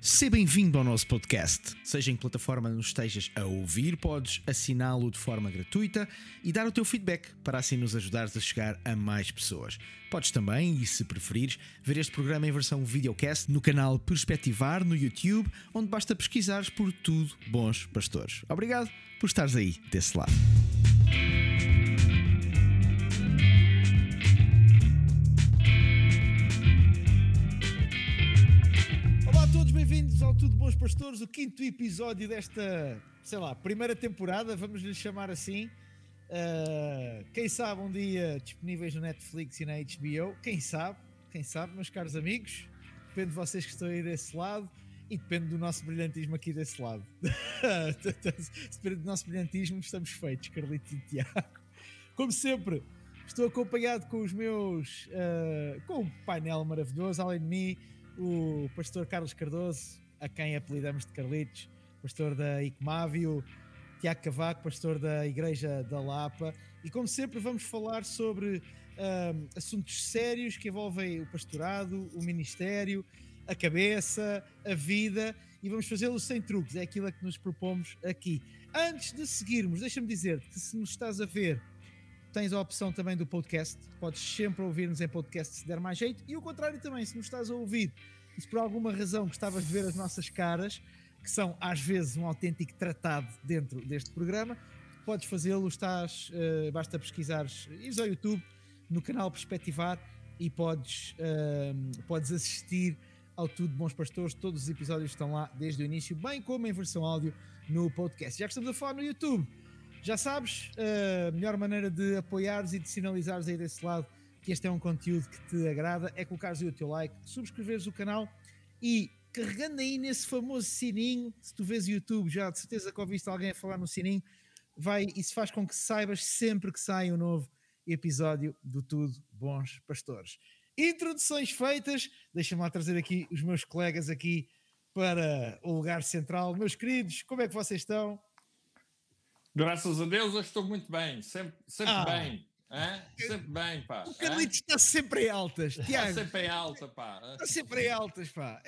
Seja bem-vindo ao nosso podcast. Seja em que plataforma nos estejas a ouvir, podes assiná-lo de forma gratuita e dar o teu feedback para assim nos ajudares a chegar a mais pessoas. Podes também, e se preferires, ver este programa em versão videocast no canal Perspectivar no YouTube, onde basta pesquisares por Tudo Bons Pastores. Obrigado por estares aí desse lado. Bem-vindos ao Tudo Bons Pastores, o quinto episódio desta, primeira temporada, vamos lhe chamar assim. Quem sabe um dia disponíveis no Netflix e na HBO, quem sabe, meus caros amigos, depende de vocês que estão aí desse lado e depende do nosso brilhantismo aqui desse lado. Se depende do nosso brilhantismo, estamos feitos, Carlitos e Tiago. Como sempre, estou acompanhado com os meus, com o painel maravilhoso, além de mim, o pastor Carlos Cardoso, a quem apelidamos de Carlitos, pastor da ICMAVI, Tiago Cavaco, pastor da Igreja da Lapa, e como sempre vamos falar sobre assuntos sérios que envolvem o pastorado, o ministério, a cabeça, a vida, e vamos fazê-lo sem truques, é aquilo a que nos propomos aqui. Antes de seguirmos, deixa-me dizer que se nos estás a ver, tens a opção também do podcast, podes sempre ouvir-nos em podcast se der mais jeito, e o contrário também, se nos estás a ouvir e se por alguma razão gostavas de ver as nossas caras, que são às vezes um autêntico tratado dentro deste programa, podes fazê-lo, basta pesquisares, ires ao YouTube, no canal Perspectivar, e podes assistir ao Tudo Bons Pastores, todos os episódios estão lá desde o início, bem como em versão áudio no podcast. Já que estamos a falar no YouTube, já sabes, a melhor maneira de apoiares e de sinalizares aí desse lado que este é um conteúdo que te agrada é colocares aí o teu like, subscreveres o canal e carregando aí nesse famoso sininho. Se tu vês o YouTube, já de certeza que ouviste alguém a falar no sininho, isso faz com que saibas sempre que sai um novo episódio do Tudo Bons Pastores. Introduções feitas, deixa-me lá trazer aqui os meus colegas aqui para o lugar central. Meus queridos, como é que vocês estão? Graças a Deus eu estou muito bem, sempre bem, sempre bem, pá. O Carlitos está sempre em altas, Tiago. Está sempre em alta, pá. Está sempre em altas, pá.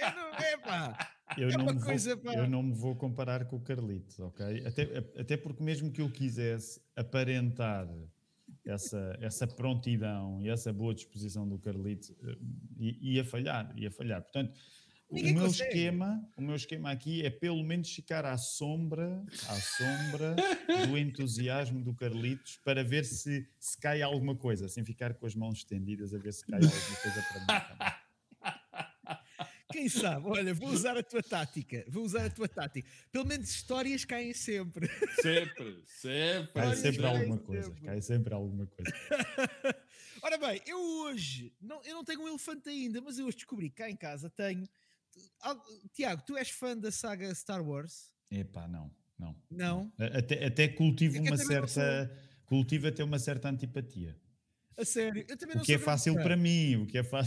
Eu não me vou comparar com o Carlitos, ok? Até porque mesmo que eu quisesse aparentar essa prontidão e essa boa disposição do Carlitos, ia falhar. Portanto, o meu esquema aqui é pelo menos ficar à sombra do entusiasmo do Carlitos para ver se cai alguma coisa, sem ficar com as mãos estendidas a ver se cai alguma coisa para mim também. Quem sabe? Olha, vou usar a tua tática. Pelo menos histórias caem sempre. Cai sempre alguma coisa. Ora bem, eu hoje, eu não tenho um elefante ainda, mas eu hoje descobri que cá em casa tenho. Tiago, tu és fã da saga Star Wars? Epá, não. Não? Até cultivo até uma certa antipatia. A sério? Eu também não o que é fácil para mim.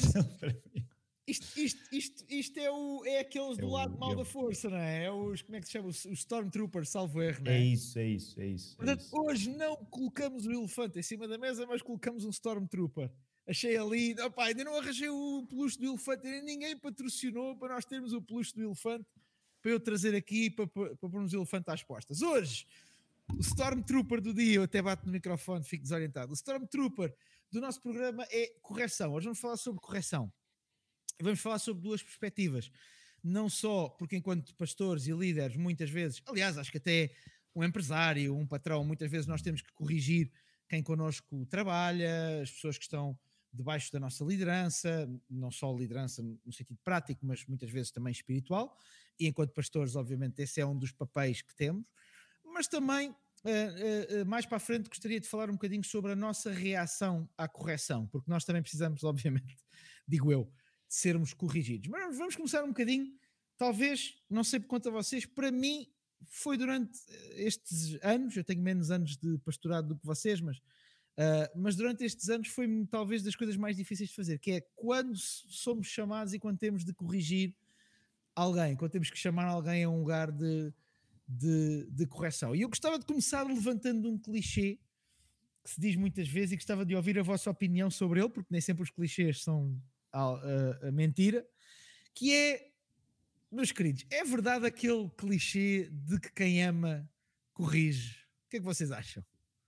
Isto é aqueles do lado mal da força, não é? É os, como é que se chama? Os Stormtroopers, salvo erro, não é? É isso. Portanto, hoje não colocamos o elefante em cima da mesa, mas colocamos um Stormtrooper. Achei ali, ainda não arranjei o peluche do elefante, ninguém patrocinou para nós termos o peluche do elefante para eu trazer aqui para pormos o elefante às postas. Hoje, o Stormtrooper do dia, eu até bato no microfone, fico desorientado. O Stormtrooper do nosso programa é correção. Hoje vamos falar sobre correção. Vamos falar sobre duas perspectivas. Não só porque enquanto pastores e líderes, muitas vezes, aliás, acho que até um empresário, um patrão, muitas vezes nós temos que corrigir quem connosco trabalha, as pessoas que estão debaixo da nossa liderança, não só liderança no sentido prático, mas muitas vezes também espiritual, e enquanto pastores, obviamente, esse é um dos papéis que temos, mas também, mais para a frente, gostaria de falar um bocadinho sobre a nossa reação à correção, porque nós também precisamos, obviamente, digo eu, de sermos corrigidos. Mas vamos começar um bocadinho, talvez, não sei por quanto a vocês, para mim, foi durante estes anos, eu tenho menos anos de pastorado do que vocês, mas durante estes anos foi talvez das coisas mais difíceis de fazer, que é quando somos chamados e quando temos de corrigir alguém, quando temos que chamar alguém a um lugar de correção. E eu gostava de começar levantando um clichê que se diz muitas vezes e gostava de ouvir a vossa opinião sobre ele, porque nem sempre os clichês são a mentira, que é Meus queridos, é verdade aquele clichê de que quem ama corrige? O que é que vocês acham?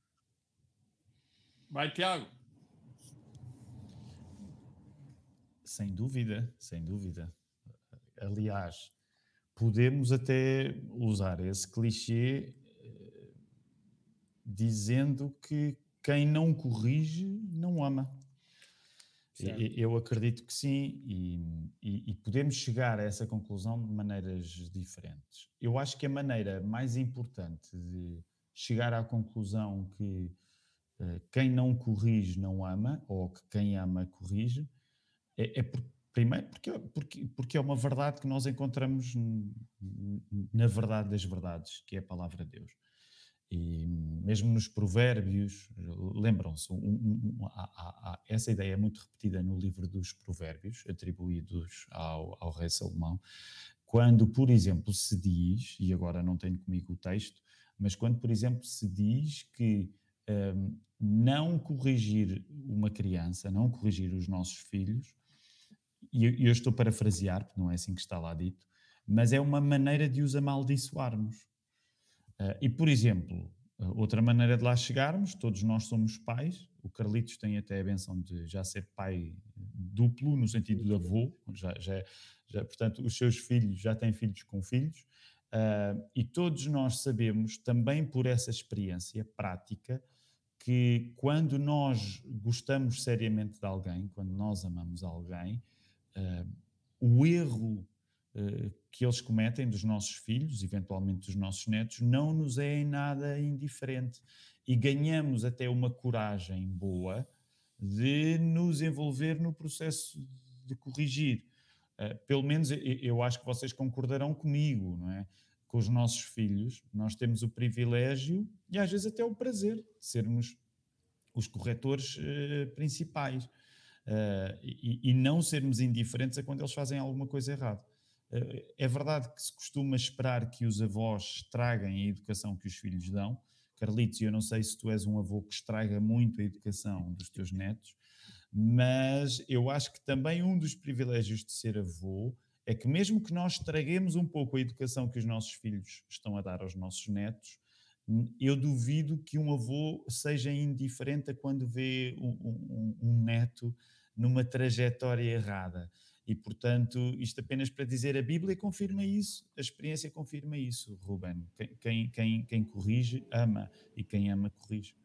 Vai, Tiago. Sem dúvida, sem dúvida. Aliás, podemos até usar esse clichê dizendo que quem não corrige não ama. Eu acredito que sim, e podemos chegar a essa conclusão de maneiras diferentes. Eu acho que a maneira mais importante de chegar à conclusão que quem não corrige não ama, ou que quem ama corrige, primeiro porque é uma verdade que nós encontramos na verdade das verdades, que é a palavra de Deus. E mesmo nos provérbios, lembram-se, essa ideia é muito repetida no livro dos provérbios, atribuídos ao rei Salomão, quando, por exemplo, se diz, e agora não tenho comigo o texto, mas quando, por exemplo, se diz que não corrigir uma criança, não corrigir os nossos filhos, e eu estou a parafrasear, porque não é assim que está lá dito, mas é uma maneira de os amaldiçoarmos. E, por exemplo, outra maneira de lá chegarmos, todos nós somos pais, o Carlitos tem até a benção de já ser pai duplo, no sentido de avô, portanto, os seus filhos já têm filhos com filhos, e todos nós sabemos, também por essa experiência prática, que quando nós gostamos seriamente de alguém, quando nós amamos alguém, o erro que eles cometem dos nossos filhos, eventualmente dos nossos netos, não nos é em nada indiferente. E ganhamos até uma coragem boa de nos envolver no processo de corrigir. Pelo menos eu acho que vocês concordarão comigo, não é? Com os nossos filhos, nós temos o privilégio e às vezes até o prazer de sermos os corretores principais e não sermos indiferentes a quando eles fazem alguma coisa errada. É verdade que se costuma esperar que os avós estraguem a educação que os filhos dão. Carlitos, eu não sei se tu és um avô que estraga muito a educação dos teus netos, mas eu acho que também um dos privilégios de ser avô é que mesmo que nós estraguemos um pouco a educação que os nossos filhos estão a dar aos nossos netos, eu duvido que um avô seja indiferente a quando vê um neto numa trajetória errada. E, portanto, isto apenas para dizer, a Bíblia confirma isso, a experiência confirma isso, Ruben. Quem corrige, ama, e quem ama, corrige.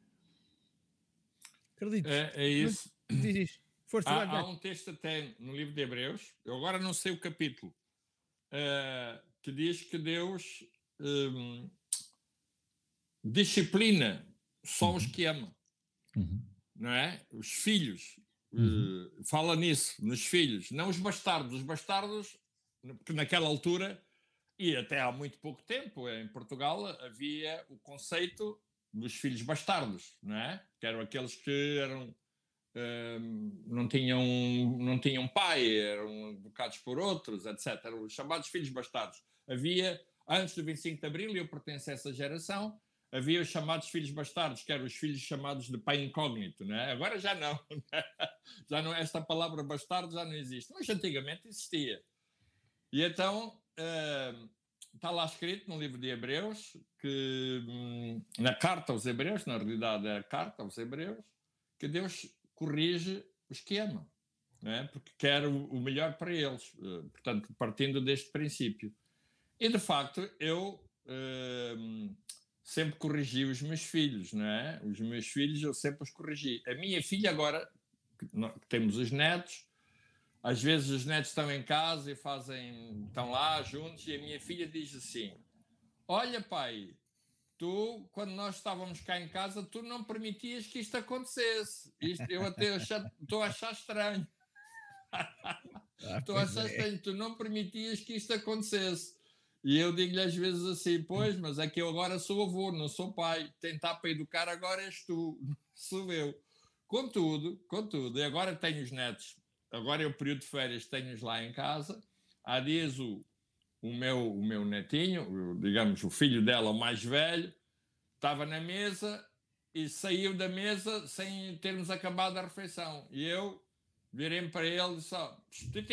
Carlitos, É isso. Diz. Força, há um texto até no livro de Hebreus, eu agora não sei o capítulo, que diz que Deus disciplina só os que ama. Não é? Os filhos. Fala nisso, nos filhos, não os bastardos. Os bastardos, que naquela altura, e até há muito pouco tempo, em Portugal, havia o conceito dos filhos bastardos, não é? Que eram aqueles que eram, não tinham pai, eram educados por outros, etc. Eram os chamados filhos bastardos. Havia, antes do 25 de Abril, e eu pertenço a essa geração, havia os chamados filhos bastardos, que eram os filhos chamados de pai incógnito, não é? Agora já não, já não, esta palavra bastardo já não existe, mas antigamente existia. E então está lá escrito no livro de Hebreus, que na carta aos Hebreus, na realidade é a carta aos Hebreus, que Deus corrige os que amam, não é? Porque quer o melhor para eles, portanto, partindo deste princípio. E de facto, eu sempre corrigi os meus filhos, não é? Os meus filhos eu sempre os corrigi. A minha filha agora, que temos os netos, às vezes os netos estão em casa e estão lá juntos, e a minha filha diz assim: olha pai, tu, quando nós estávamos cá em casa, tu não permitias que isto acontecesse. Eu até estou a achar estranho. Estou a achar estranho, tu não permitias que isto acontecesse. E eu digo-lhe às vezes assim: pois, mas é que eu agora sou avô, não sou pai. Tentar para educar agora és tu, sou eu. Contudo, e agora tenho os netos, agora é o período de férias, tenho-os lá em casa. Há dias o meu netinho, digamos, o filho dela, o mais velho, estava na mesa e saiu da mesa sem termos acabado a refeição. E eu virei para ele e disse: Titico,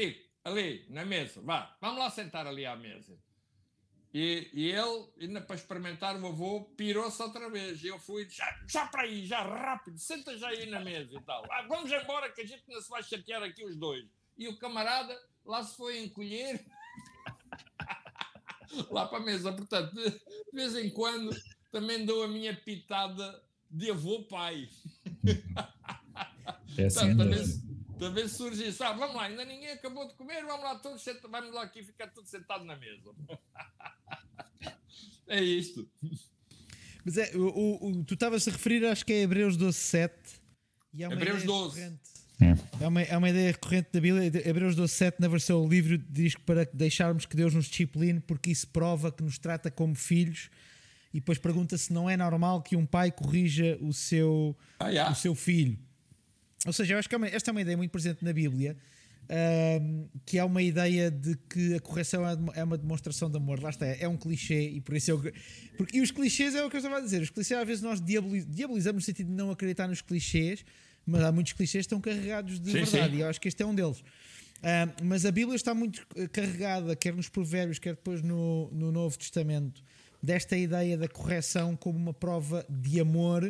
ali, na mesa, vamos lá sentar ali à mesa. E ele, ainda para experimentar, o avô pirou-se outra vez. E eu fui, já para aí, já rápido, senta já aí na mesa e tal. Vamos embora que a gente não se vai chatear aqui os dois. E o camarada lá se foi encolher lá para a mesa. Portanto, de vez em quando, também dou a minha pitada de avô-pai. É assim, também surge isso. Vamos lá, ainda ninguém acabou de comer, vamos lá todos, vamos lá aqui ficar todos sentados na mesa. É isto. Mas tu estavas a referir, acho que é Hebreus 12:7. E é uma Hebreus ideia 12. É uma ideia recorrente da Bíblia. Hebreus 12:7, na versão livre, diz que para deixarmos que Deus nos discipline, porque isso prova que nos trata como filhos. E depois pergunta se não é normal que um pai corrija o seu filho. Ou seja, eu acho que esta é uma ideia muito presente na Bíblia, que é uma ideia de que a correção é uma demonstração de amor. Lá está, é um clichê, e por isso e os clichês é o que eu estava a dizer. Os clichês, às vezes, nós diabolizamos no sentido de não acreditar nos clichês, mas há muitos clichês que estão carregados de verdade, e eu acho que este é um deles. Mas a Bíblia está muito carregada, quer nos Provérbios, quer depois no Novo Testamento, desta ideia da correção como uma prova de amor.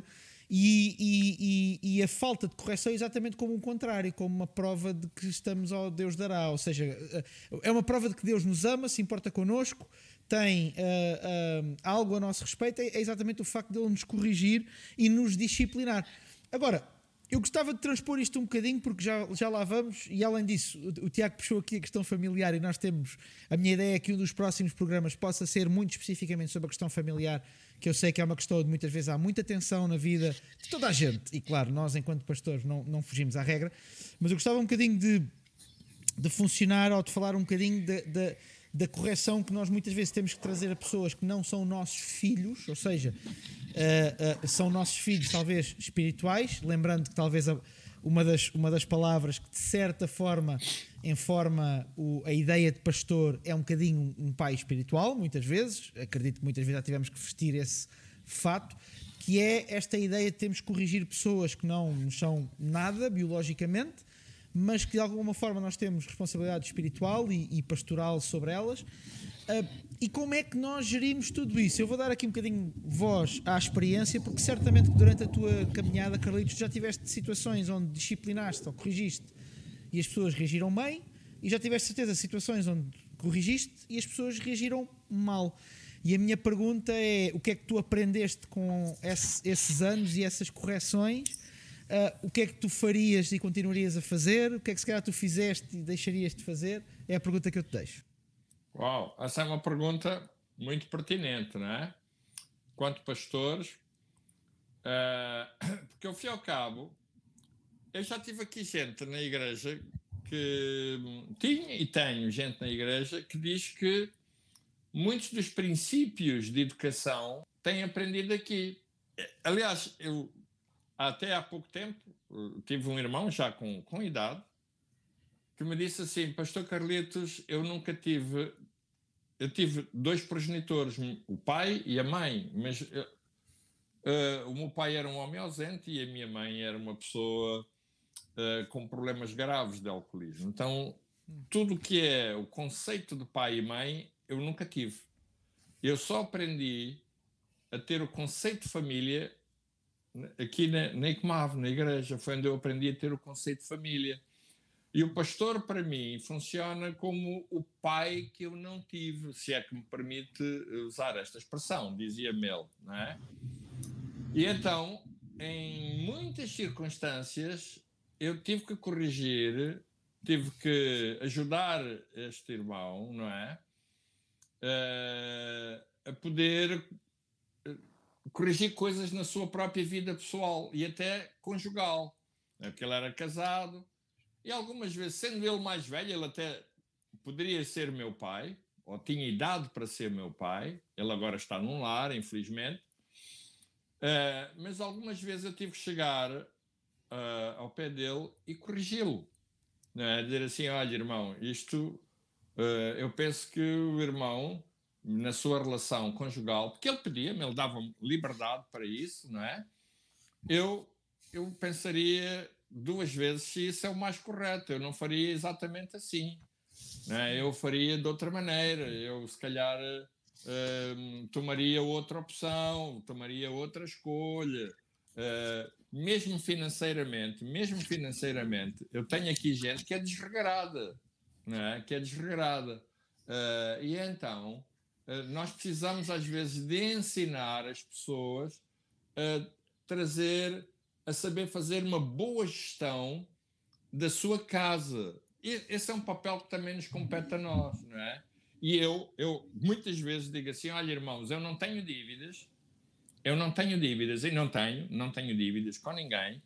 E a falta de correção é exatamente como o contrário, como uma prova de que estamos ao Deus dará, ou seja, é uma prova de que Deus nos ama, se importa connosco, tem algo a nosso respeito, é exatamente o facto de Ele nos corrigir e nos disciplinar. Agora, eu gostava de transpor isto um bocadinho, porque já lá vamos, e além disso, o Tiago puxou aqui a questão familiar, e nós temos, a minha ideia é que um dos próximos programas possa ser muito especificamente sobre a questão familiar, que eu sei que é uma questão de muitas vezes há muita tensão na vida de toda a gente, e claro, nós enquanto pastores não fugimos à regra, mas eu gostava um bocadinho de funcionar, ou de falar um bocadinho da correção que nós muitas vezes temos que trazer a pessoas que não são nossos filhos, ou seja, são nossos filhos talvez espirituais, lembrando que talvez uma das palavras que de certa forma informa a ideia de pastor é um bocadinho um pai espiritual, muitas vezes, acredito que muitas vezes já tivemos que vestir esse fato, que é esta ideia de termos que corrigir pessoas que não nos são nada biologicamente, mas que de alguma forma nós temos responsabilidade espiritual e pastoral sobre elas. E como é que nós gerimos tudo isso? Eu vou dar aqui um bocadinho voz à experiência, porque certamente que durante a tua caminhada, Carlitos, já tiveste situações onde disciplinaste ou corrigiste e as pessoas reagiram bem, e já tiveste certeza de situações onde corrigiste e as pessoas reagiram mal. E a minha pergunta é, o que é que tu aprendeste com esses anos e essas correções? O que é que tu farias e continuarias a fazer? O que é que se calhar tu fizeste e deixarias de fazer? É a pergunta que eu te deixo. Uau, essa é uma pergunta muito pertinente, não é? Quanto pastores, porque ao fim e ao cabo, eu já tive aqui gente na igreja que tinha e tenho gente na igreja que diz que muitos dos princípios de educação têm aprendido aqui. Aliás, eu até há pouco tempo tive um irmão já com idade que me disse assim: Pastor Carlitos, eu tive dois progenitores, o pai e a mãe, mas o meu pai era um homem ausente e a minha mãe era uma pessoa com problemas graves de alcoolismo. Então, tudo o que é o conceito de pai e mãe, eu nunca tive. Eu só aprendi a ter o conceito de família aqui na ICMAV, na igreja. Foi onde eu aprendi a ter o conceito de família. E o pastor, para mim, funciona como o pai que eu não tive, se é que me permite usar esta expressão, dizia-me ele, não é? E então, em muitas circunstâncias, eu tive que corrigir, tive que ajudar este irmão, não é? A poder corrigir coisas na sua própria vida pessoal e até conjugal, não é? Porque ele era casado. E algumas vezes, sendo ele mais velho, ele até poderia ser meu pai, ou tinha idade para ser meu pai. Ele agora está num lar, infelizmente. Mas algumas vezes eu tive que chegar ao pé dele e corrigi-lo. Dizer assim: olha, irmão, isto... eu penso que o irmão, na sua relação conjugal, porque ele pedia-me, ele dava-me liberdade para isso, não é? Eu pensaria 2 vezes se isso é o mais correto. Eu não faria exatamente assim. Não é? Eu faria de outra maneira, eu se calhar tomaria outra opção, tomaria outra escolha. Mesmo financeiramente, eu tenho aqui gente que é desregrada, não é? Que é desregrada. E então, nós precisamos às vezes de ensinar as pessoas a saber fazer uma boa gestão da sua casa. E esse é um papel que também nos compete a nós, não é? E eu muitas vezes digo assim, olha irmãos, eu não tenho dívidas e não tenho dívidas com ninguém.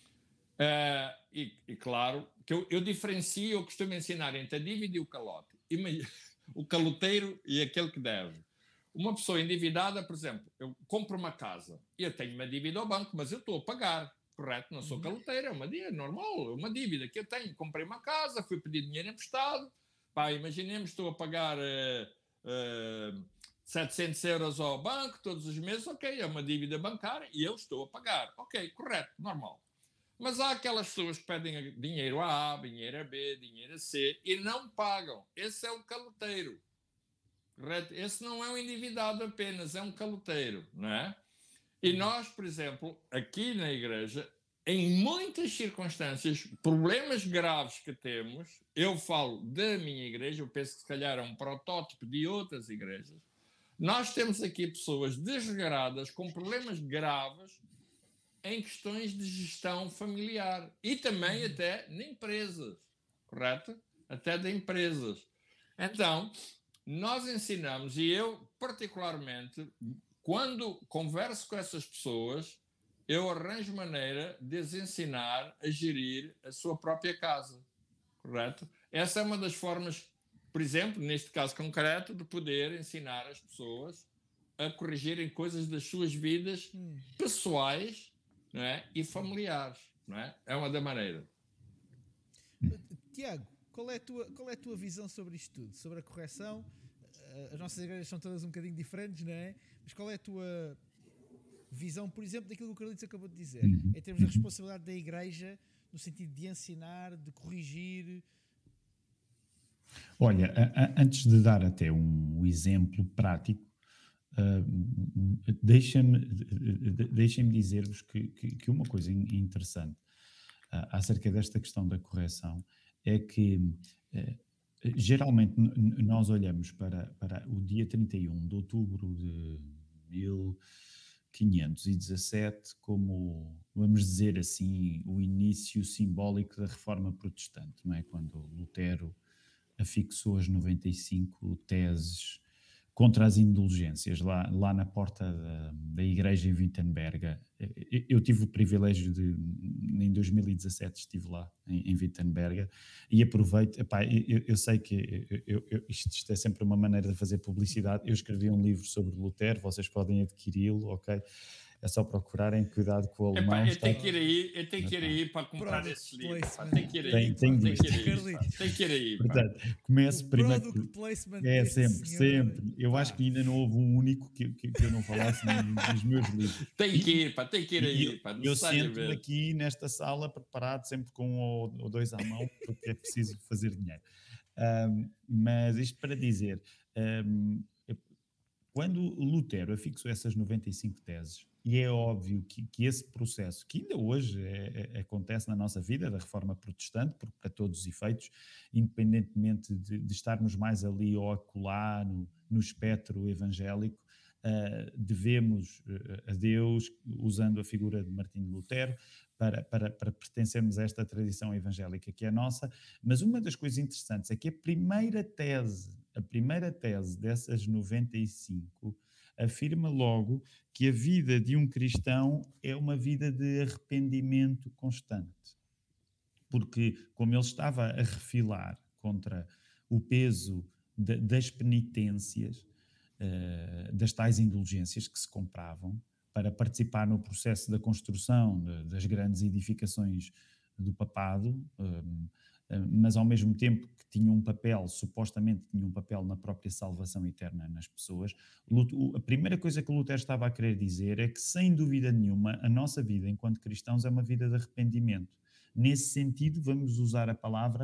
E claro, que eu diferencio, eu costumo ensinar entre a dívida e o calote. O caloteiro e aquele que deve. Uma pessoa endividada, por exemplo, eu compro uma casa e eu tenho uma dívida ao banco, mas eu estou a pagar, correto? Não sou caloteiro, é uma dívida normal, é uma dívida que eu tenho. Comprei uma casa, fui pedir dinheiro emprestado, imaginemos, estou a pagar 700 euros ao banco todos os meses, ok, é uma dívida bancária e eu estou a pagar, ok, correto, normal. Mas há aquelas pessoas que pedem dinheiro a A, dinheiro a B, dinheiro a C e não pagam. Esse é o caloteiro. Correto? Esse não é um endividado apenas, é um caloteiro, não é? E nós, por exemplo, aqui na igreja, em muitas circunstâncias, problemas graves que temos, eu falo da minha igreja, eu penso que se calhar é um protótipo de outras igrejas, nós temos aqui pessoas desregradas com problemas graves em questões de gestão familiar e também até de empresas, correto? Até de empresas. Então, nós ensinamos, e eu particularmente, quando converso com essas pessoas, eu arranjo maneira de as ensinar a gerir a sua própria casa, correto? Essa é uma das formas, por exemplo, neste caso concreto, de poder ensinar as pessoas a corrigirem coisas das suas vidas pessoais, não é? E familiares, não é? É uma da maneira. Tiago, qual é a tua visão sobre isto tudo? Sobre a correção? As nossas igrejas são todas um bocadinho diferentes, não é? Mas qual é a tua visão, por exemplo, daquilo que o Carlitos acabou de dizer, em termos da responsabilidade da igreja, no sentido de ensinar, de corrigir? Olha, antes de dar até um exemplo prático, deixem-me dizer-vos que uma coisa interessante acerca desta questão da correção é que geralmente nós olhamos para o dia 31 de outubro de 1517 como, vamos dizer assim, o início simbólico da Reforma Protestante, não é? Quando Lutero afixou as 95 teses contra as indulgências lá na porta da igreja em Wittenberg. Eu tive o privilégio em 2017 estive lá em Wittenberg e aproveito, eu sei que isto é sempre uma maneira de fazer publicidade. Eu escrevi um livro sobre Lutero, vocês podem adquiri-lo, ok? É só procurarem, cuidado com o alemão. Eu tenho que ir aí para comprar esse livro. Tem que ir aí. Portanto, começo primeiro. É sempre. Eu acho que ainda não houve um único que eu não falasse nos meus livros. Tem que ir aí. Eu sento-me aqui nesta sala preparado sempre com um ou dois à mão, porque é preciso fazer dinheiro. Mas isto para dizer, quando Lutero afixou essas 95 teses, e é óbvio que esse processo, que ainda hoje acontece na nossa vida, da Reforma Protestante, porque para todos os efeitos, independentemente de estarmos mais ali ou acolá no espectro evangélico, devemos a Deus, usando a figura de Martinho Lutero, para pertencermos a esta tradição evangélica que é nossa. Mas uma das coisas interessantes é que a primeira tese dessas 95 afirma logo que a vida de um cristão é uma vida de arrependimento constante. Porque, como ele estava a refilar contra o peso das penitências, das tais indulgências que se compravam, para participar no processo da construção das grandes edificações do papado, mas ao mesmo tempo que supostamente tinha um papel na própria salvação eterna nas pessoas. A primeira coisa que Lutero estava a querer dizer é que, sem dúvida nenhuma, a nossa vida enquanto cristãos é uma vida de arrependimento. Nesse sentido, vamos usar a palavra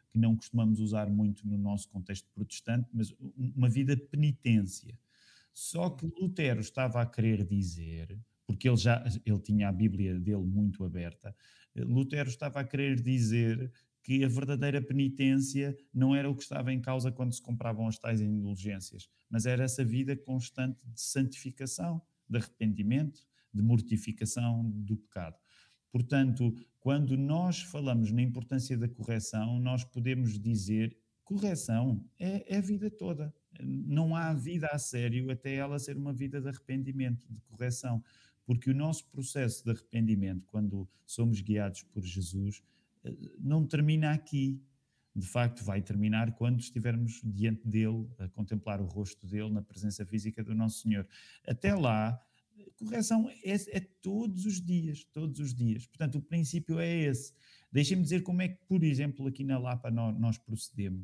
que não costumamos usar muito no nosso contexto protestante, mas uma vida de penitência. Só que Lutero estava a querer dizer, porque ele tinha a Bíblia dele muito aberta, Lutero estava a querer dizer que a verdadeira penitência não era o que estava em causa quando se compravam as tais indulgências, mas era essa vida constante de santificação, de arrependimento, de mortificação do pecado. Portanto, quando nós falamos na importância da correção, nós podemos dizer correção é a vida toda. Não há vida a sério até ela ser uma vida de arrependimento, de correção, porque o nosso processo de arrependimento, quando somos guiados por Jesus, não termina aqui. De facto, vai terminar quando estivermos diante dele, a contemplar o rosto dele, na presença física do nosso Senhor. Até lá, correção é todos os dias, todos os dias. Portanto, o princípio é esse. Deixem-me dizer como é que, por exemplo, aqui na Lapa nós procedemos.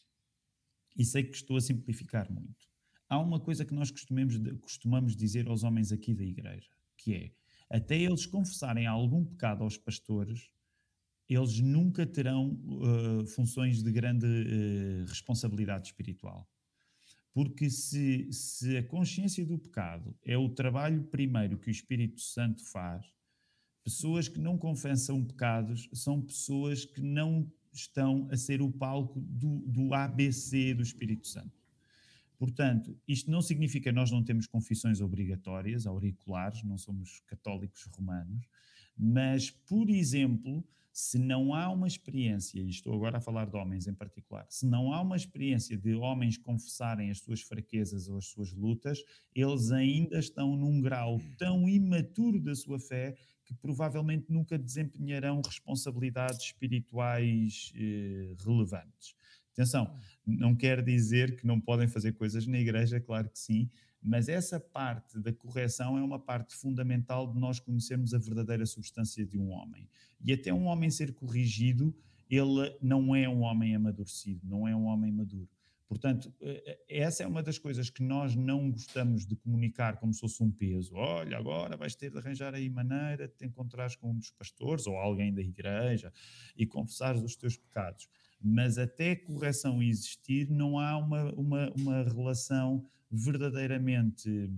E sei que estou a simplificar muito. Há uma coisa que nós costumamos dizer aos homens aqui da igreja, que é, até eles confessarem algum pecado aos pastores, eles nunca terão funções de grande responsabilidade espiritual. Porque se a consciência do pecado é o trabalho primeiro que o Espírito Santo faz, pessoas que não confessam pecados são pessoas que não estão a ser o palco do ABC do Espírito Santo. Portanto, isto não significa que nós não temos confissões obrigatórias, auriculares, não somos católicos romanos, mas, por exemplo, se não há uma experiência, e estou agora a falar de homens em particular, se não há uma experiência de homens confessarem as suas fraquezas ou as suas lutas, eles ainda estão num grau tão imaturo da sua fé que provavelmente nunca desempenharão responsabilidades espirituais relevantes. Atenção, não quer dizer que não podem fazer coisas na igreja, claro que sim, mas essa parte da correção é uma parte fundamental de nós conhecermos a verdadeira substância de um homem. E até um homem ser corrigido, ele não é um homem amadurecido, não é um homem maduro. Portanto, essa é uma das coisas que nós não gostamos de comunicar como se fosse um peso. Olha, agora vais ter de arranjar aí maneira de te encontrares com um dos pastores ou alguém da igreja e confessares os teus pecados. Mas até correção existir, não há uma relação verdadeiramente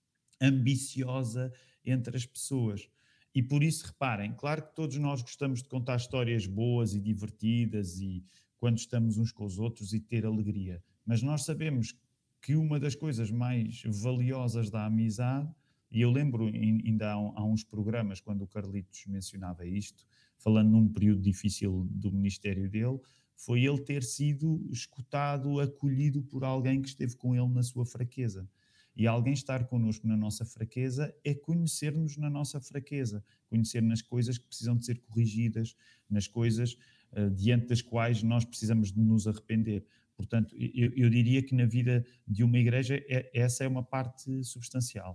ambiciosa entre as pessoas. E por isso, reparem, claro que todos nós gostamos de contar histórias boas e divertidas e quando estamos uns com os outros e ter alegria. Mas nós sabemos que uma das coisas mais valiosas da amizade, e eu lembro ainda há uns programas quando o Carlitos mencionava isto, falando num período difícil do ministério dele, foi ele ter sido escutado, acolhido por alguém que esteve com ele na sua fraqueza. E alguém estar connosco na nossa fraqueza é conhecer-nos na nossa fraqueza, conhecer nas coisas que precisam de ser corrigidas, nas coisas diante das quais nós precisamos de nos arrepender. Portanto, eu diria que na vida de uma igreja essa é uma parte substancial.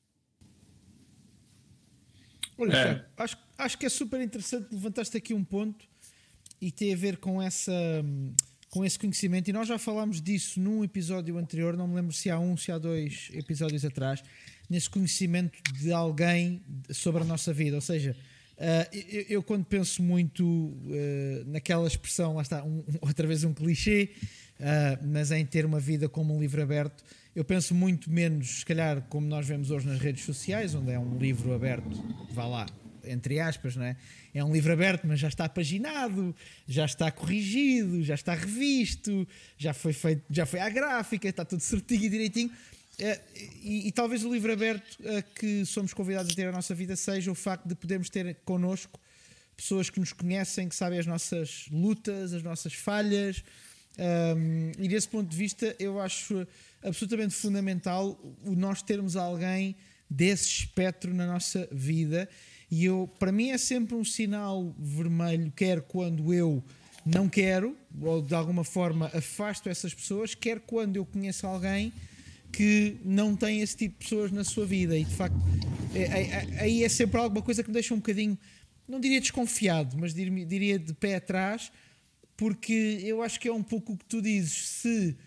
Olha, acho que é super interessante, levantaste aqui um ponto e tem a ver com esse conhecimento, e nós já falámos disso num episódio anterior, não me lembro se há um, se há dois episódios atrás, nesse conhecimento de alguém sobre a nossa vida. Ou seja, eu quando penso muito naquela expressão, lá está, outra vez um clichê, mas em ter uma vida como um livro aberto, eu penso muito menos, se calhar, como nós vemos hoje nas redes sociais, onde é um livro aberto, vá lá, entre aspas, não é? É um livro aberto, mas já está paginado, já está corrigido, já está revisto, já foi feito, já foi à gráfica, está tudo certinho e direitinho. E talvez o livro aberto que somos convidados a ter na nossa vida seja o facto de podermos ter connosco pessoas que nos conhecem, que sabem as nossas lutas, as nossas falhas. E desse ponto de vista, eu acho absolutamente fundamental o nós termos alguém desse espectro na nossa vida. E para mim é sempre um sinal vermelho, quer quando eu não quero, ou de alguma forma afasto essas pessoas, quer quando eu conheço alguém que não tem esse tipo de pessoas na sua vida. E de facto, aí é sempre alguma coisa que me deixa um bocadinho, não diria desconfiado, mas diria de pé atrás, porque eu acho que é um pouco o que tu dizes.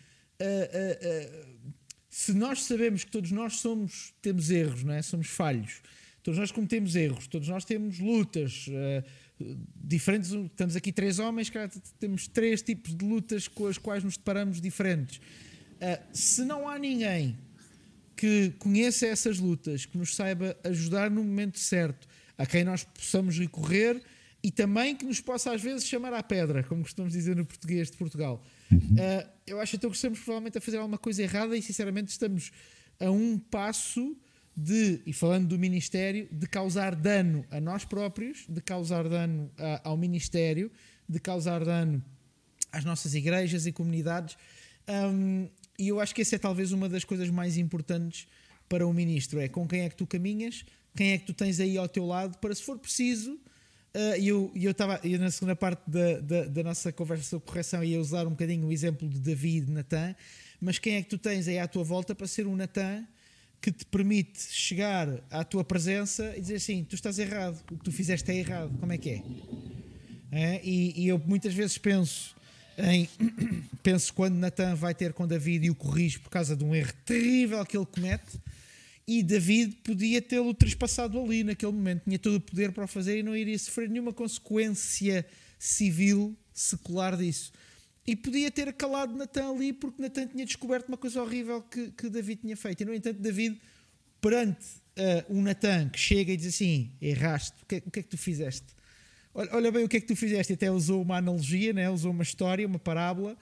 Se nós sabemos que todos nós temos erros, não é? Somos falhos. Todos nós cometemos erros, todos nós temos lutas, diferentes, estamos aqui 3 homens, cara, temos 3 tipos de lutas com as quais nos deparamos diferentes. Se não há ninguém que conheça essas lutas, que nos saiba ajudar no momento certo, a quem nós possamos recorrer e também que nos possa às vezes chamar à pedra, como costumamos dizer no português de Portugal. Eu acho então que estamos provavelmente a fazer alguma coisa errada e sinceramente estamos a um passo e falando do Ministério, de causar dano a nós próprios, de causar dano ao Ministério, de causar dano às nossas igrejas e comunidades. E eu acho que essa é talvez uma das coisas mais importantes para o ministro, é com quem é que tu caminhas, quem é que tu tens aí ao teu lado, para se for preciso, eu na segunda parte da nossa conversa sobre correção ia usar um bocadinho o exemplo de Davi e de Natan, mas quem é que tu tens aí à tua volta para ser um Natan que te permite chegar à tua presença e dizer assim, tu estás errado, o que tu fizeste é errado, como é que é? E eu muitas vezes penso quando Natan vai ter com David e o corrige por causa de um erro terrível que ele comete, e David podia tê-lo trespassado ali naquele momento, tinha todo o poder para o fazer e não iria sofrer nenhuma consequência civil secular disso, e podia ter calado Natan ali porque Natan tinha descoberto uma coisa horrível que David tinha feito. E no entanto David, perante um Natan que chega e diz assim, erraste, o que é que tu fizeste? Olha bem o que é que tu fizeste. E até usou uma analogia, né? Usou uma história, uma parábola.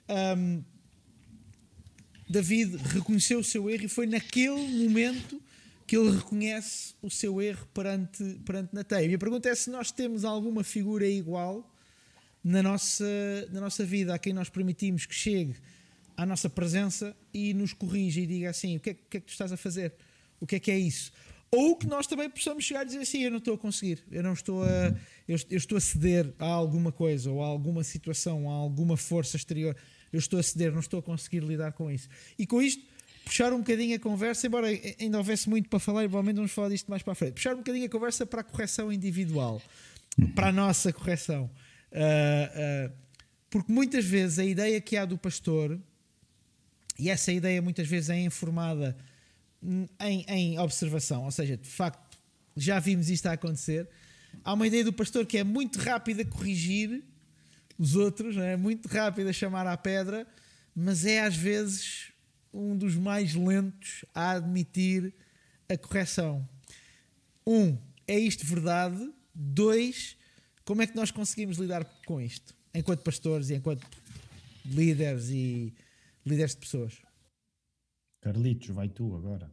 David reconheceu o seu erro e foi naquele momento que ele reconhece o seu erro perante Natan. E a minha pergunta é se nós temos alguma figura igual na nossa vida, a quem nós permitimos que chegue à nossa presença e nos corrija e diga assim, o que é que tu estás a fazer? O que é isso? Ou que nós também possamos chegar a dizer assim, eu não estou a conseguir, eu estou a ceder a alguma coisa, ou a alguma situação, a alguma força exterior, eu estou a ceder, não estou a conseguir lidar com isso. E com isto, puxar um bocadinho a conversa, embora ainda houvesse muito para falar, e provavelmente vamos falar disto mais para a frente, puxar um bocadinho a conversa para a correção individual, para a nossa correção. Porque muitas vezes a ideia que há do pastor, e essa ideia muitas vezes é informada em observação, ou seja, de facto já vimos isto a acontecer, há uma ideia do pastor que é muito rápida a corrigir os outros, é muito rápida a chamar à pedra, mas é às vezes um dos mais lentos a admitir a correção. É isto verdade? 2, como é que nós conseguimos lidar com isto, enquanto pastores e enquanto líderes e líderes de pessoas? Carlitos, vai tu agora.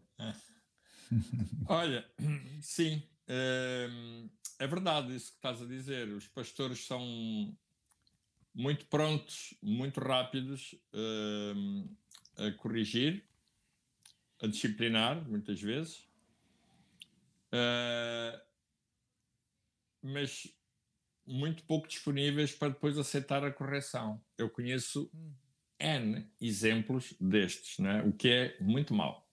Olha, sim, é verdade isso que estás a dizer. Os pastores são muito prontos, muito rápidos a corrigir, a disciplinar, muitas vezes, mas muito pouco disponíveis para depois aceitar a correção. Eu conheço N exemplos destes, né? O que é muito mau.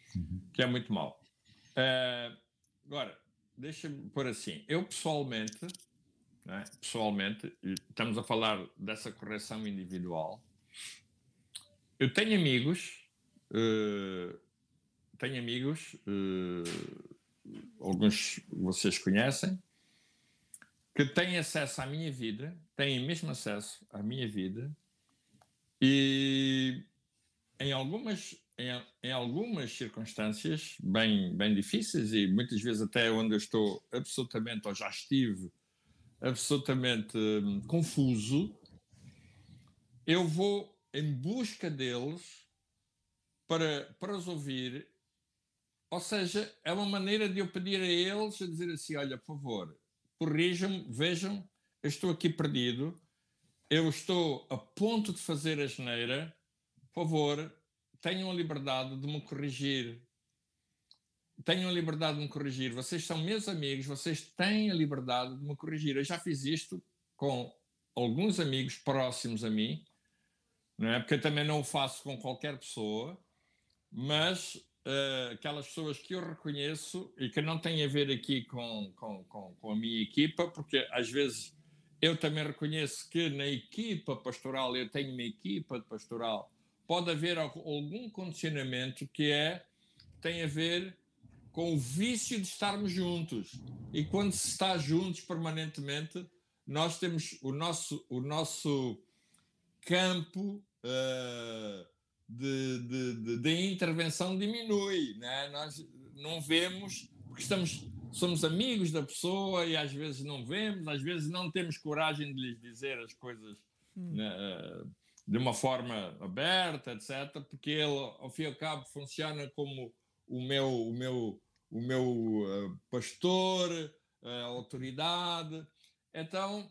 Agora, deixa-me pôr assim. Eu pessoalmente, né? Estamos a falar dessa correção individual. Eu tenho amigos, alguns vocês conhecem, que têm acesso à minha vida, têm mesmo acesso à minha vida, e em algumas circunstâncias bem difíceis, e muitas vezes até onde eu estou absolutamente, ou já estive, absolutamente confuso, eu vou em busca deles para os ouvir. Ou seja, é uma maneira de eu pedir a eles, a dizer assim, olha, por favor, corrijam-me, vejam, eu estou aqui perdido, eu estou a ponto de fazer a asneira, por favor, tenham a liberdade de me corrigir. Vocês são meus amigos, vocês têm a liberdade de me corrigir. Eu já fiz isto com alguns amigos próximos a mim, não é? Porque eu também não o faço com qualquer pessoa, mas aquelas pessoas que eu reconheço e que não têm a ver aqui com a minha equipa, porque às vezes eu também reconheço que na equipa pastoral, eu tenho uma equipa de pastoral, pode haver algum condicionamento que tem a ver com o vício de estarmos juntos. E quando se está juntos permanentemente, nós temos o nosso campo de intervenção diminui, né? Nós não vemos, porque somos amigos da pessoa e às vezes não vemos, às vezes não temos coragem de lhes dizer as coisas de uma forma aberta, etc., porque ele, ao fim e ao cabo, funciona como o meu pastor, autoridade. Então,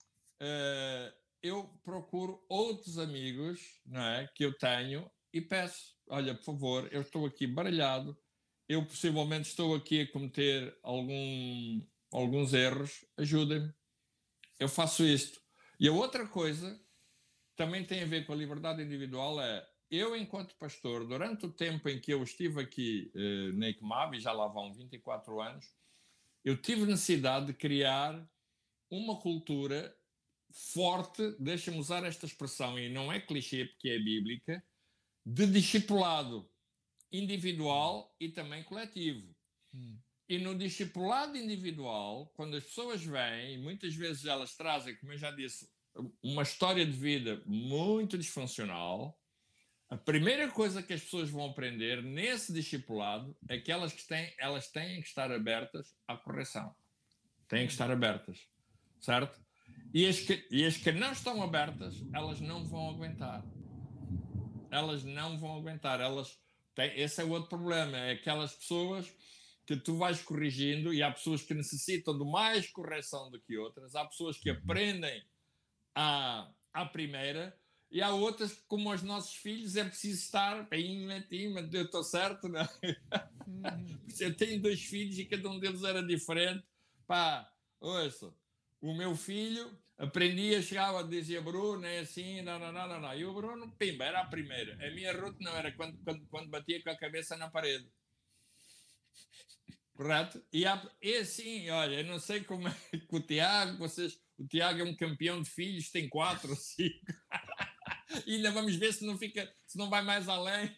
eu procuro outros amigos, não é, que eu tenho e peço, olha, por favor, eu estou aqui baralhado, eu possivelmente estou aqui a cometer alguns erros, ajudem-me. Eu faço isto. E a outra coisa também tem a ver com a liberdade individual eu, enquanto pastor, durante o tempo em que eu estive aqui na ICMAV, e já lá vão 24 anos, eu tive necessidade de criar uma cultura forte, deixa-me usar esta expressão, e não é clichê porque é bíblica, de discipulado individual e também coletivo. E no discipulado individual, quando as pessoas vêm, e muitas vezes elas trazem, como eu já disse, uma história de vida muito disfuncional, a primeira coisa que as pessoas vão aprender nesse discipulado é que elas têm que estar abertas à correção. Têm que estar abertas, certo? E as que não estão abertas, elas não vão aguentar. Elas não vão aguentar. Esse é o outro problema. É aquelas pessoas que tu vais corrigindo e há pessoas que necessitam de mais correção do que outras. Há pessoas que aprendem à primeira e há outras, como os nossos filhos, é preciso estar eu estou certo, não é? Eu tenho 2 filhos e cada um deles era diferente. Pá, ouça, o meu filho aprendia, chegava, dizia Bruno, é assim, não. E o Bruno, pimba, era a primeira. A minha Ruth não era quando batia com a cabeça na parede. Correto? E assim, olha, eu não sei como é que o Tiago, o Tiago é um campeão de filhos, tem 4 ou 5. E ainda vamos ver se não vai mais além.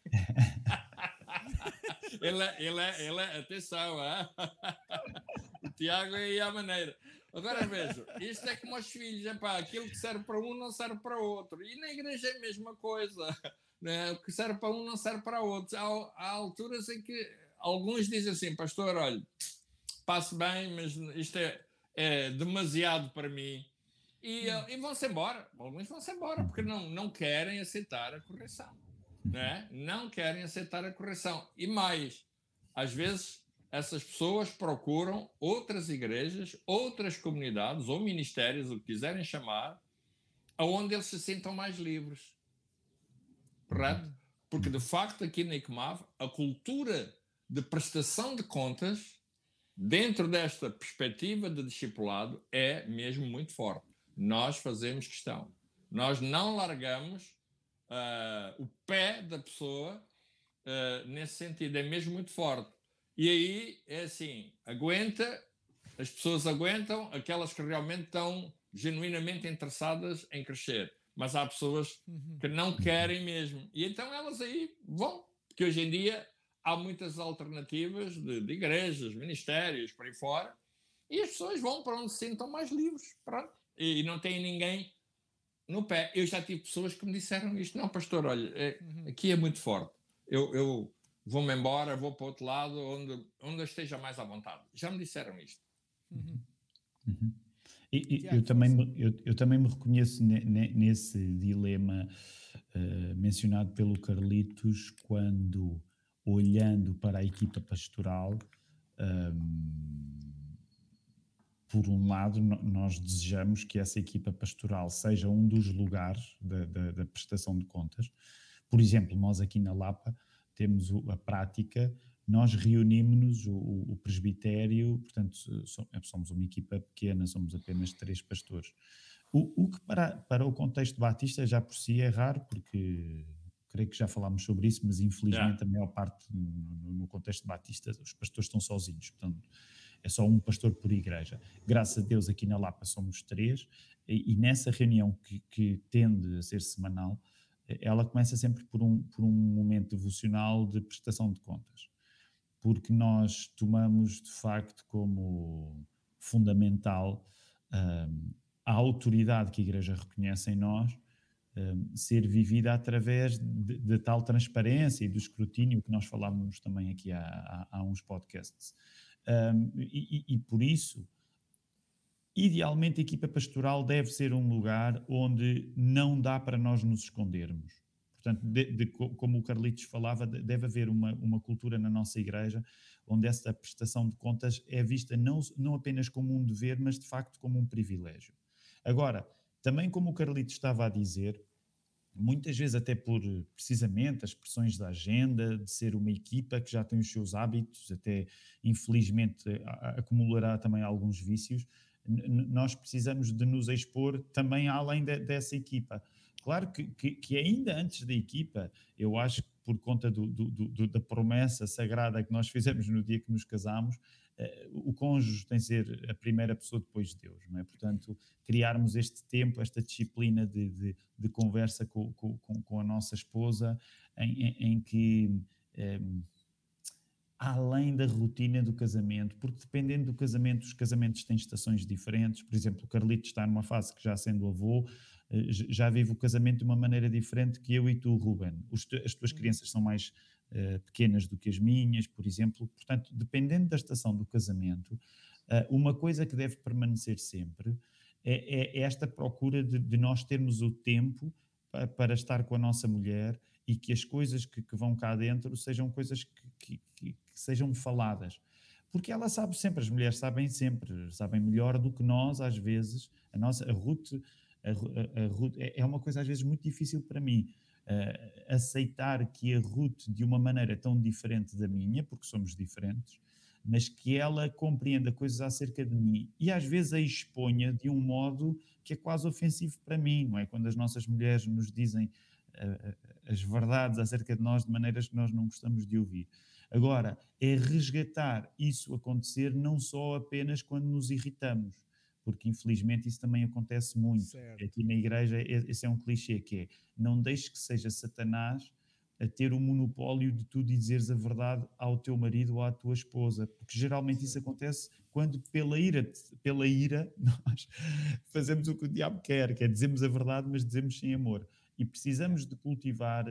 ele é atenção, o Tiago é a maneira. Agora vejo, isto é como os filhos, aquilo que serve para um não serve para outro. E na igreja é a mesma coisa, né? O que serve para um não serve para outros. Há alturas em que alguns dizem assim, pastor, olha, passo bem, mas isto é demasiado para mim. E vão-se embora. Alguns vão-se embora porque não querem aceitar a correção. Né? Não querem aceitar a correção. E mais, às vezes, essas pessoas procuram outras igrejas, outras comunidades ou ministérios, o que quiserem chamar, onde eles se sintam mais livres. Correto? Porque, de facto, aqui na ICMAV, a cultura de prestação de contas, dentro desta perspectiva de discipulado, é mesmo muito forte. Nós fazemos questão. Nós não largamos o pé da pessoa nesse sentido. É mesmo muito forte. E aí, é assim, as pessoas aguentam aquelas que realmente estão genuinamente interessadas em crescer. Mas há pessoas que não querem mesmo. E então elas aí vão. Porque hoje em dia há muitas alternativas de igrejas, ministérios, por aí fora. E as pessoas vão para onde se sintam mais livres. Pronto. E não tem ninguém no pé. Eu já tive pessoas que me disseram isto. Não, pastor, olha, aqui é muito forte. Eu vou-me embora, vou para o outro lado, onde eu esteja mais à vontade. Já me disseram isto. E eu também me reconheço nesse dilema mencionado pelo Carlitos, quando, olhando para a equipa pastoral, por um lado, nós desejamos que essa equipa pastoral seja um dos lugares da prestação de contas. Por exemplo, nós aqui na Lapa temos a prática, nós reunimos-nos, o presbitério, portanto, somos uma equipa pequena, somos apenas 3 pastores. O que para o contexto batista já por si é raro, porque creio que já falámos sobre isso, mas infelizmente a maior parte no contexto batista os pastores estão sozinhos, portanto é só um pastor por igreja. Graças a Deus aqui na Lapa somos 3 e nessa reunião que tende a ser semanal, ela começa sempre por um momento devocional de prestação de contas. porque nós tomamos de facto como fundamental a autoridade que a Igreja reconhece em nós ser vivida através de tal transparência e do escrutínio que nós falávamos também aqui há uns podcasts. E por isso, idealmente, a equipa pastoral deve ser um lugar onde não dá para nós nos escondermos. Portanto, como o Carlitos falava, deve haver uma cultura na nossa igreja onde essa prestação de contas é vista não apenas como um dever, mas de facto como um privilégio. Agora, também como o Carlitos estava a dizer, muitas vezes até por precisamente as pressões da agenda, de ser uma equipa que já tem os seus hábitos, até infelizmente acumulará também alguns vícios, nós precisamos de nos expor também além dessa equipa. Claro que ainda antes da equipa, eu acho que por conta da promessa sagrada que nós fizemos no dia que nos casámos, o cônjuge tem de ser a primeira pessoa depois de Deus, não é? Portanto, criarmos este tempo, esta disciplina de conversa com a nossa esposa, em que... além da rotina do casamento, porque dependendo do casamento, os casamentos têm estações diferentes. Por exemplo, o Carlitos está numa fase que já sendo avô, já vive o casamento de uma maneira diferente que eu e tu, Ruben. As tuas crianças são mais pequenas do que as minhas, por exemplo. Portanto, dependendo da estação do casamento, uma coisa que deve permanecer sempre é esta procura de nós termos o tempo para estar com a nossa mulher e que as coisas que vão cá dentro sejam coisas que sejam faladas. Porque ela sabe sempre, as mulheres sabem sempre, sabem melhor do que nós, às vezes. A Ruth é uma coisa às vezes muito difícil para mim, aceitar que a Ruth, de uma maneira tão diferente da minha, porque somos diferentes, mas que ela compreenda coisas acerca de mim e às vezes a exponha de um modo que é quase ofensivo para mim, não é? Quando as nossas mulheres nos dizem as verdades acerca de nós de maneiras que nós não gostamos de ouvir. Agora, é resgatar isso acontecer não só apenas quando nos irritamos, porque infelizmente isso também acontece muito. Certo. Aqui na igreja esse é um clichê que é: não deixes que seja Satanás a ter o monopólio de tu dizeres a verdade ao teu marido ou à tua esposa, porque geralmente isso acontece quando pela ira nós fazemos o que o diabo quer, que é dizemos a verdade, mas dizemos sem amor. E precisamos de cultivar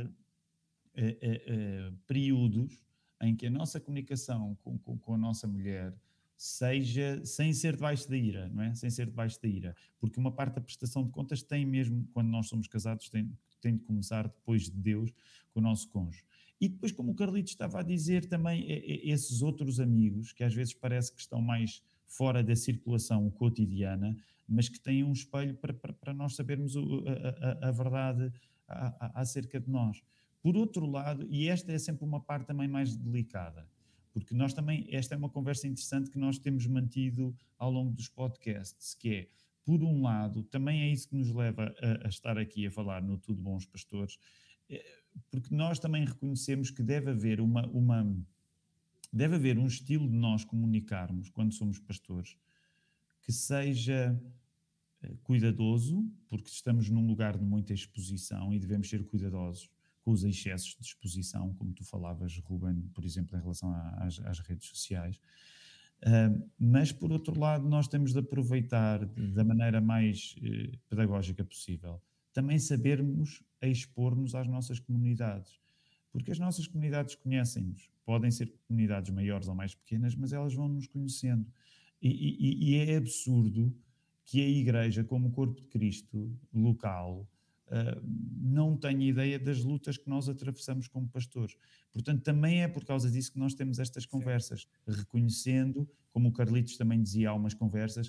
períodos em que a nossa comunicação com a nossa mulher seja sem ser debaixo da ira, não é? Sem ser debaixo da ira. Porque uma parte da prestação de contas tem mesmo, quando nós somos casados, tem de começar depois de Deus com o nosso cônjuge. E depois, como o Carlitos estava a dizer, também esses outros amigos, que às vezes parece que estão mais fora da circulação cotidiana, mas que têm um espelho para nós sabermos a verdade acerca de nós. Por outro lado, e esta é sempre uma parte também mais delicada, porque nós também, esta é uma conversa interessante que nós temos mantido ao longo dos podcasts, que é, por um lado, também é isso que nos leva a estar aqui a falar no Tudo Bons Pastores, porque nós também reconhecemos que deve haver deve haver um estilo de nós comunicarmos quando somos pastores que seja cuidadoso, porque estamos num lugar de muita exposição e devemos ser cuidadosos com os excessos de exposição, como tu falavas, Ruben, por exemplo, em relação às redes sociais. Mas, por outro lado, nós temos de aproveitar da maneira mais pedagógica possível, também sabermos expor-nos às nossas comunidades, porque as nossas comunidades conhecem-nos, podem ser comunidades maiores ou mais pequenas, mas elas vão nos conhecendo. E é absurdo que a Igreja, como corpo de Cristo local, não tenha ideia das lutas que nós atravessamos como pastores. Portanto, também é por causa disso que nós temos estas conversas, reconhecendo, como o Carlitos também dizia, há umas conversas,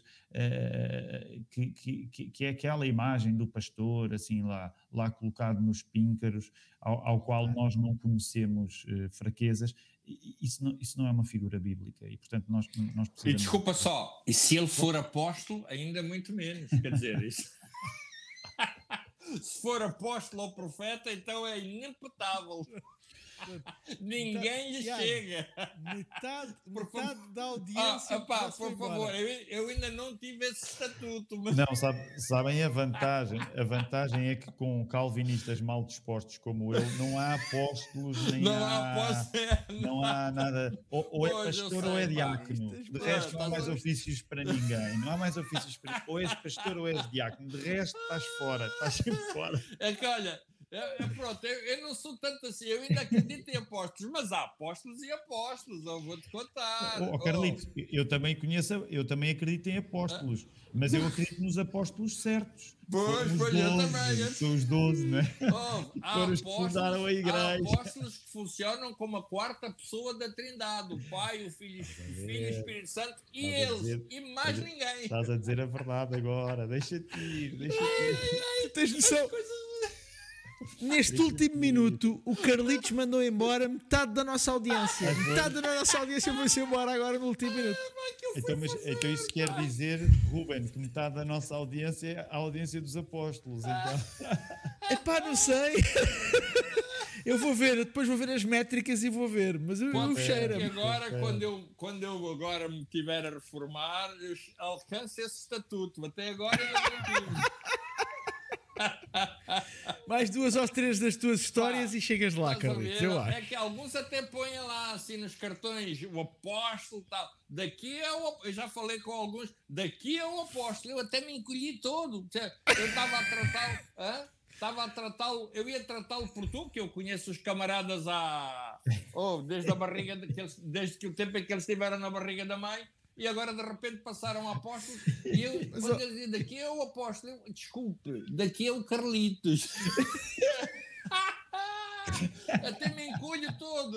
que é aquela imagem do pastor, assim, lá colocado nos píncaros, ao qual nós não conhecemos fraquezas. Isso não é uma figura bíblica e, portanto, nós precisamos... E desculpa só, e se ele for apóstolo, ainda muito menos, quer dizer, isso... Se for apóstolo ou profeta, então é inemputável. Ninguém lhe chega. Metade da audiência. Por favor, eu ainda não tive esse estatuto. Mas... Não, sabem a vantagem? A vantagem é que com calvinistas mal dispostos como eu, não há apóstolos, não há nada. Ou é pastor ou é diácono. De resto, não há mais ofícios para ninguém. Não há mais ofícios para. Ou és pastor ou és diácono. De resto, estás fora. Estás sempre fora. É que olha. Pronto, eu não sou tanto assim, eu ainda acredito em apóstolos, mas há apóstolos e apóstolos, eu vou-te contar. Carlitos, eu também acredito em apóstolos, mas eu acredito nos apóstolos certos. Pois, eu também. São os 12, não é? Há apóstolos que funcionam como a quarta pessoa da Trindade, o Pai, o Filho e o Espírito Santo, e eles, e mais ninguém. Estás a dizer a verdade agora, deixa-te ir. Tu tens noção? Neste último minuto, o Carlitos mandou embora metade da nossa audiência. Metade da nossa audiência foi-se embora agora no último minuto. Então isso quer dizer, Ruben, que metade da nossa audiência é a audiência dos apóstolos. Então. Epá, não sei. Eu vou ver, depois vou ver as métricas e vou ver. Mas eu cheiro. Agora, quando eu agora me tiver a reformar, eu alcanço esse estatuto. Até agora ainda não tive. Mais 2 ou 3 das tuas histórias e chegas lá, Carlitos, eu acho. É que alguns até põem lá assim nos cartões o apóstolo e tal. Daqui é o eu já falei com alguns, daqui é o apóstolo. Eu até me encolhi todo. Eu estava a tratá-lo, eu ia tratá-lo por tu, que eu conheço os camaradas desde a barriga, desde que o tempo em que eles estiveram na barriga da mãe. E agora de repente passaram a apóstolos e eu, quando eu dizia daqui é o apóstolo, desculpe, daqui é o Carlitos. Até me encolho todo.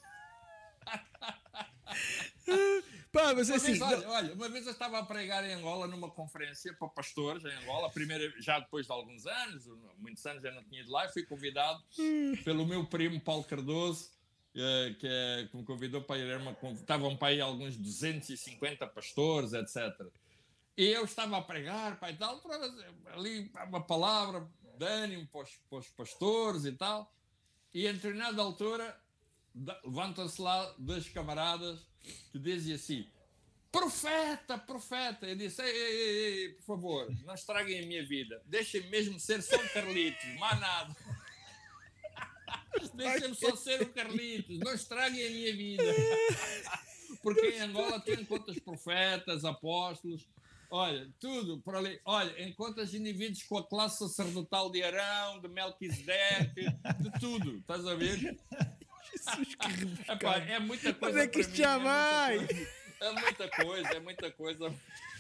Pá, mas assim, olha, uma vez eu estava a pregar em Angola numa conferência para pastores em Angola, já depois de alguns anos, muitos anos eu não tinha ido lá, e fui convidado pelo meu primo Paulo Cardoso, que me convidou para ir estavam para aí alguns 250 pastores, etc. E eu estava a pregar, e tal, ali uma palavra de ânimo para os pastores e tal, e em determinada altura levantam-se lá 2 camaradas que dizem assim: profeta, profeta. Eu disse: ei, por favor, não estraguem a minha vida, deixem-me mesmo ser só um Carlitos, mais nada. Deixa-me só ser o Carlitos, não estraguem a minha vida. Porque em Angola tu encontras profetas, apóstolos, olha, tudo por ali. Olha, encontras indivíduos com a classe sacerdotal de Arão, de Melquisedeque, de tudo, estás a ver? Jesus, que epá, é muita coisa. Onde é que isto já vai? É muita coisa.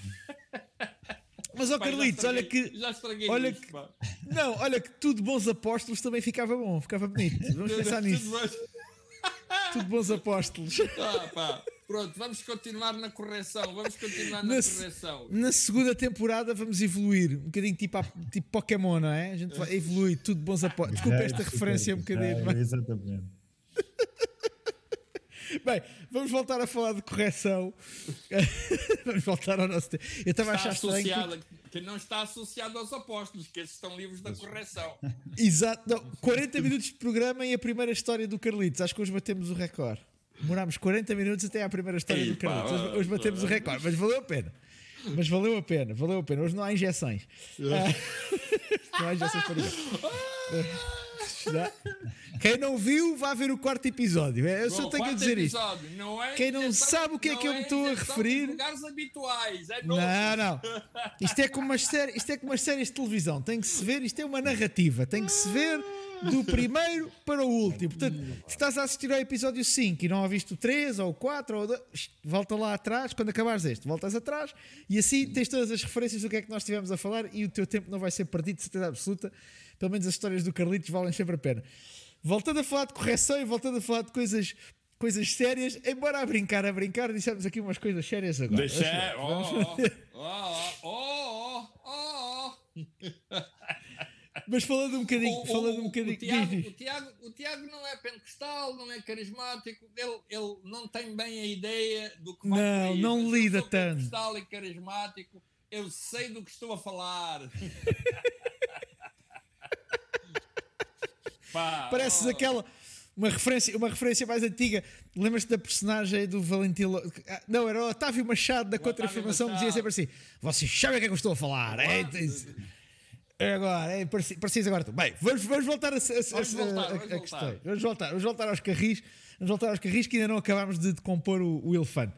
Mas, Carlitos, olha que... Já estraguei olha que tudo bons apóstolos também ficava bom, ficava bonito. Vamos pensar nisso. Tudo bons apóstolos. Pronto, vamos continuar na correção. Na segunda temporada vamos evoluir. Um bocadinho tipo Pokémon, não é? A gente vai evoluir. Tudo bons apóstolos. Desculpa esta referência um bocadinho. Exatamente. Bem, vamos voltar a falar de correção. Vamos voltar ao nosso tempo. Eu estava a achar estranho que não está associado aos apóstolos, que esses estão livres da correção. Exato. Não, 40 minutos de programa e a primeira história do Carlitos. Acho que hoje batemos o recorde. Demorámos 40 minutos até à primeira história do Carlitos. Hoje batemos o recorde, mas valeu a pena. Hoje não há injeções. Não há injeções para ninguém. Quem não viu, vá ver o 4º episódio. Eu só tenho que dizer isto. Quem não sabe o que é que eu me estou a referir. Lugares habituais. Não. Isto é como umas séries de televisão. Tem que se ver, isto é uma narrativa. Tem que se ver do primeiro para o último. Portanto, se estás a assistir ao episódio 5 e não ouviste o 3 ou o 4 ou o 2, volta lá atrás. Quando acabares este, voltas atrás e assim tens todas as referências do que é que nós estivemos a falar e o teu tempo não vai ser perdido, de certeza absoluta. Pelo menos as histórias do Carlitos valem sempre a pena. Voltando a falar de correção e voltando a falar de coisas sérias, embora a brincar, dissemos aqui umas coisas sérias agora. Mas falando um bocadinho. O Tiago não é pentecostal, não é carismático, ele não tem bem a ideia do que vai. Não lida tanto. Pentecostal e carismático, eu sei do que estou a falar. Pareces aquela. Uma referência mais antiga. Lembras-te da personagem do Valentim? Não, era o Otávio Machado da Contra-Informação, que dizia sempre assim: vocês sabem o que é que eu estou a falar? Agora, preciso agora. Bem, vamos voltar a questão. Vamos voltar aos carris. Vamos voltar aos carris que ainda não acabámos de decompor o elefante.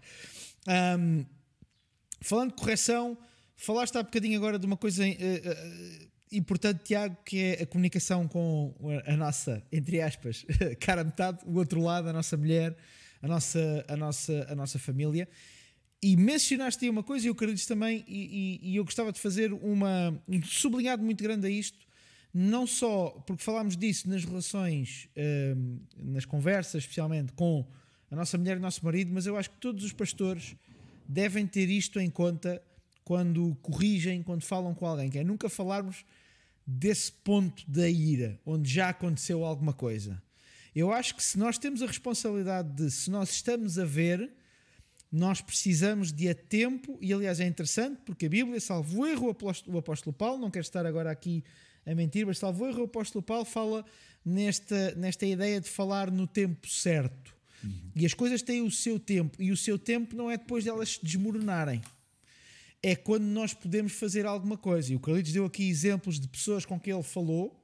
Falando de correção, falaste há bocadinho agora de uma coisa importante, Tiago, que é a comunicação com a nossa, entre aspas, cara metade, o outro lado, a nossa mulher, a nossa família. E mencionaste aí uma coisa, e eu acredito também, e eu gostava de fazer um sublinhado muito grande a isto, não só porque falámos disso nas relações, nas conversas, especialmente com a nossa mulher e o nosso marido, mas eu acho que todos os pastores devem ter isto em conta quando corrigem, quando falam com alguém, que é nunca falarmos desse ponto da ira, onde já aconteceu alguma coisa. Eu acho que se nós temos a responsabilidade se nós estamos a ver, nós precisamos de a tempo, e aliás é interessante, porque a Bíblia, salvo erro, o apóstolo Paulo, não quero estar agora aqui a mentir, mas salvo erro, o apóstolo Paulo fala nesta ideia de falar no tempo certo. E as coisas têm o seu tempo, e o seu tempo não é depois de elas se desmoronarem. É quando nós podemos fazer alguma coisa. E o Carlitos deu aqui exemplos de pessoas com quem ele falou,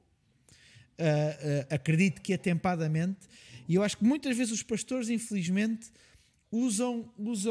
acredito que atempadamente, e eu acho que muitas vezes os pastores, infelizmente, usam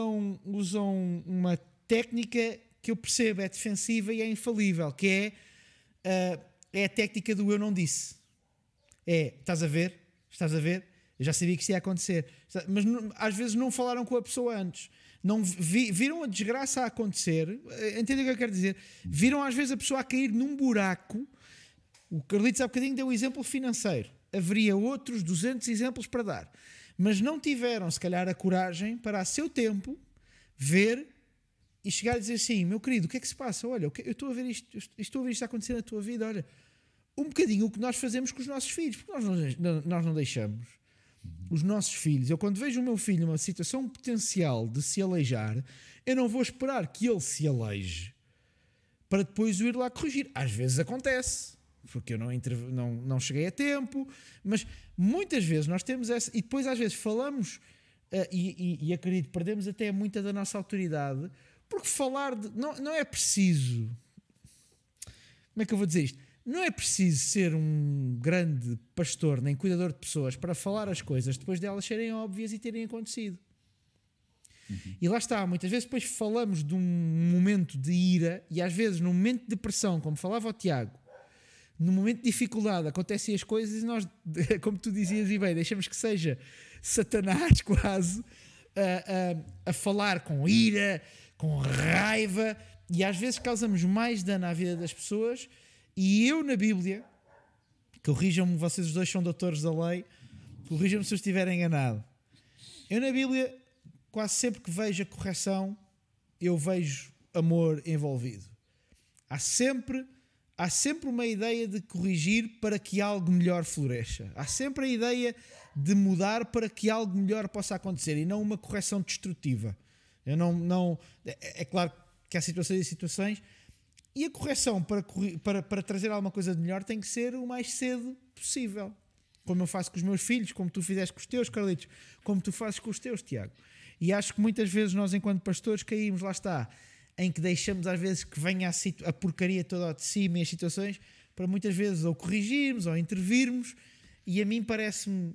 uma técnica que eu percebo é defensiva e é infalível, que é a técnica do eu não disse. Estás a ver? Eu já sabia que isto ia acontecer. Mas às vezes não falaram com a pessoa antes. Não viram a desgraça a acontecer. Entendem o que eu quero dizer? Viram às vezes a pessoa a cair num buraco. O Carlitos há bocadinho deu um exemplo financeiro. Haveria outros 200 exemplos para dar. Mas não tiveram, se calhar, a coragem para, a seu tempo, ver e chegar a dizer assim: meu querido, o que é que se passa? Olha, eu estou a ver isto a acontecer na tua vida. Olha, um bocadinho o que nós fazemos com os nossos filhos, porque nós não deixamos os nossos filhos. Eu, quando vejo o meu filho numa situação potencial de se aleijar, eu não vou esperar que ele se aleije para depois o ir lá corrigir. Às vezes acontece, porque eu não cheguei a tempo, mas muitas vezes nós temos essa, e depois às vezes falamos, e acredito, perdemos até muita da nossa autoridade, porque falar não é preciso, como é que eu vou dizer isto? Não é preciso ser um grande pastor nem cuidador de pessoas para falar as coisas depois de elas serem óbvias e terem acontecido. E lá está, muitas vezes depois falamos de um momento de ira, e às vezes num momento de depressão, como falava o Tiago, no momento de dificuldade acontecem as coisas e nós, como tu dizias e bem, deixamos que seja Satanás quase a falar com ira, com raiva, e às vezes causamos mais dano à vida das pessoas. E eu na Bíblia, corrijam-me, vocês os dois são doutores da lei, corrijam-me se eu estiver enganado, eu na Bíblia quase sempre que vejo a correção eu vejo amor envolvido. Há sempre uma ideia de corrigir para que algo melhor floresça. Há sempre a ideia de mudar para que algo melhor possa acontecer e não uma correção destrutiva. É claro que há situações e situações, e a correção para trazer alguma coisa de melhor tem que ser o mais cedo possível. Como eu faço com os meus filhos, como tu fizeste com os teus, Carlitos, como tu fazes com os teus, Tiago. E acho que muitas vezes nós, enquanto pastores, caímos, lá está, em que deixamos às vezes que venha a porcaria toda ao de cima e as situações, para muitas vezes ou corrigirmos ou intervirmos, e a mim parece-me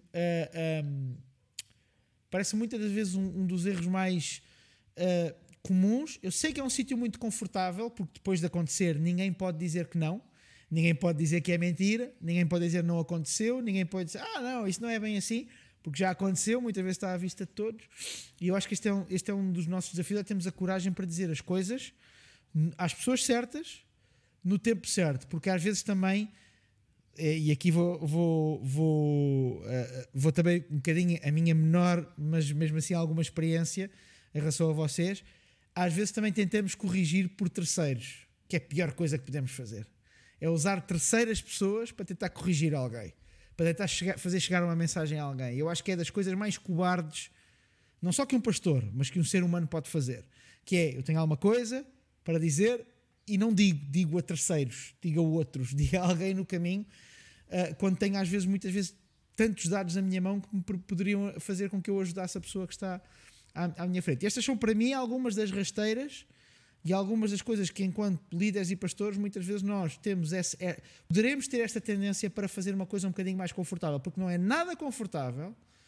muitas das vezes um dos erros mais comuns. Eu sei que é um sítio muito confortável, porque depois de acontecer ninguém pode dizer que não, ninguém pode dizer que é mentira, ninguém pode dizer que não aconteceu, ninguém pode dizer não, isso não é bem assim, porque já aconteceu, muitas vezes está à vista de todos. E eu acho que este é um dos nossos desafios, é termos a coragem para dizer as coisas às pessoas certas, no tempo certo, porque às vezes também, e aqui vou também um bocadinho a minha menor, mas mesmo assim alguma experiência em relação a vocês, às vezes também tentamos corrigir por terceiros, que é a pior coisa que podemos fazer. É usar terceiras pessoas para tentar corrigir alguém, para tentar fazer chegar uma mensagem a alguém. Eu acho que é das coisas mais cobardes, não só que um pastor, mas que um ser humano pode fazer, que é, eu tenho alguma coisa para dizer e não digo a terceiros, digo a outros, digo a alguém no caminho, quando tenho muitas vezes tantos dados na minha mão que me poderiam fazer com que eu ajudasse a pessoa que está à minha frente. E estas são para mim algumas das rasteiras e algumas das coisas que, enquanto líderes e pastores, muitas vezes nós temos poderemos ter esta tendência para fazer uma coisa um bocadinho mais confortável, porque não é nada confortável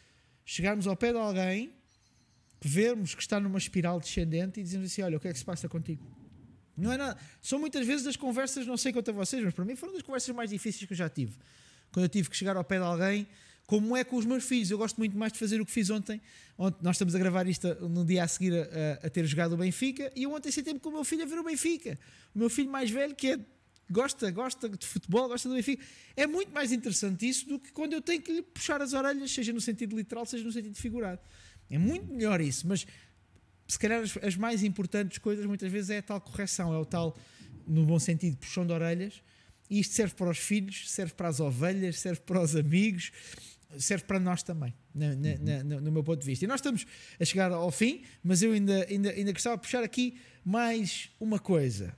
chegarmos ao pé de alguém, vermos que está numa espiral descendente e dizermos assim, olha, o que é que se passa contigo? Não é nada. São muitas vezes das conversas, não sei quanto a vocês, mas para mim foram das conversas mais difíceis que eu já tive. Quando eu tive que chegar ao pé de alguém, como é com os meus filhos. Eu gosto muito mais de fazer o que fiz ontem. Nós estamos a gravar isto no dia a seguir a ter jogado o Benfica, e eu ontem sentei-me com o meu filho a ver o Benfica. O meu filho mais velho, que gosta de futebol, gosta do Benfica. É muito mais interessante isso do que quando eu tenho que lhe puxar as orelhas, seja no sentido literal, seja no sentido figurado. É muito melhor isso, mas se calhar as mais importantes coisas muitas vezes é a tal correção, é o tal, no bom sentido, puxão de orelhas. E isto serve para os filhos, serve para as ovelhas, serve para os amigos, serve para nós também, no meu ponto de vista. E nós estamos a chegar ao fim, mas eu ainda gostava de puxar aqui mais uma coisa.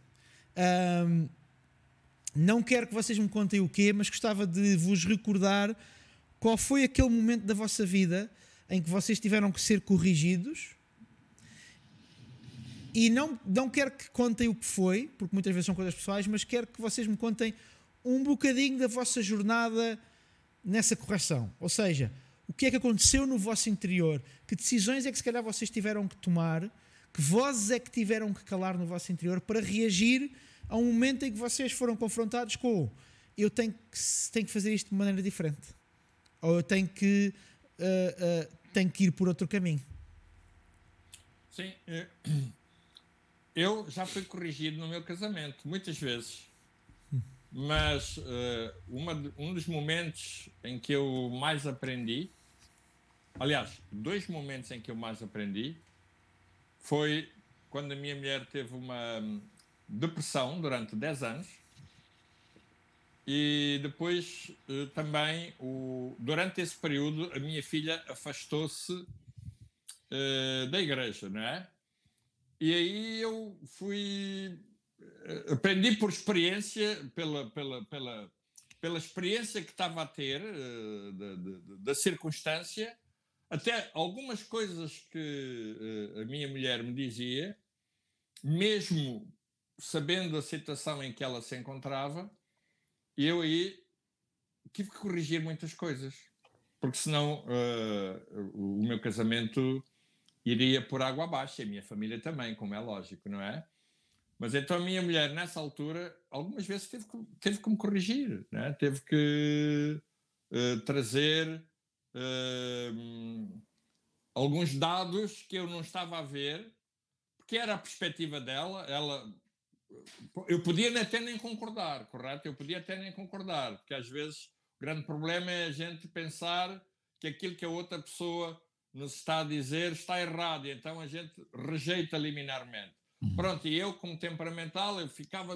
Não quero que vocês me contem o quê, mas gostava de vos recordar qual foi aquele momento da vossa vida em que vocês tiveram que ser corrigidos. E não quero que contem o que foi, porque muitas vezes são coisas pessoais, mas quero que vocês me contem um bocadinho da vossa jornada nessa correção. Ou seja, o que é que aconteceu no vosso interior? Que decisões é que se calhar vocês tiveram que tomar? Que vozes é que tiveram que calar no vosso interior para reagir a um momento em que vocês foram confrontados com eu tenho que fazer isto de maneira diferente? Ou eu tenho que ir por outro caminho? Sim, eu já fui corrigido no meu casamento, muitas vezes. Mas um dos momentos em que eu mais aprendi, aliás, 2 momentos em que eu mais aprendi, foi quando a minha mulher teve uma depressão durante 10 anos e depois também, durante esse período, a minha filha afastou-se da igreja, não é? E aí eu aprendi por experiência, pela experiência que estava a ter da circunstância, até algumas coisas que a minha mulher me dizia, mesmo sabendo a situação em que ela se encontrava, eu aí tive que corrigir muitas coisas, porque senão o meu casamento iria por água abaixo, e a minha família também, como é lógico, não é? Mas então a minha mulher, nessa altura, algumas vezes teve que me corrigir, né? Teve que trazer alguns dados que eu não estava a ver, porque era a perspectiva dela. Eu podia até nem concordar, correto? Eu podia até nem concordar, porque às vezes o grande problema é a gente pensar que aquilo que a outra pessoa nos está a dizer está errado, e então a gente rejeita liminarmente. Pronto, e eu, como temperamental, eu ficava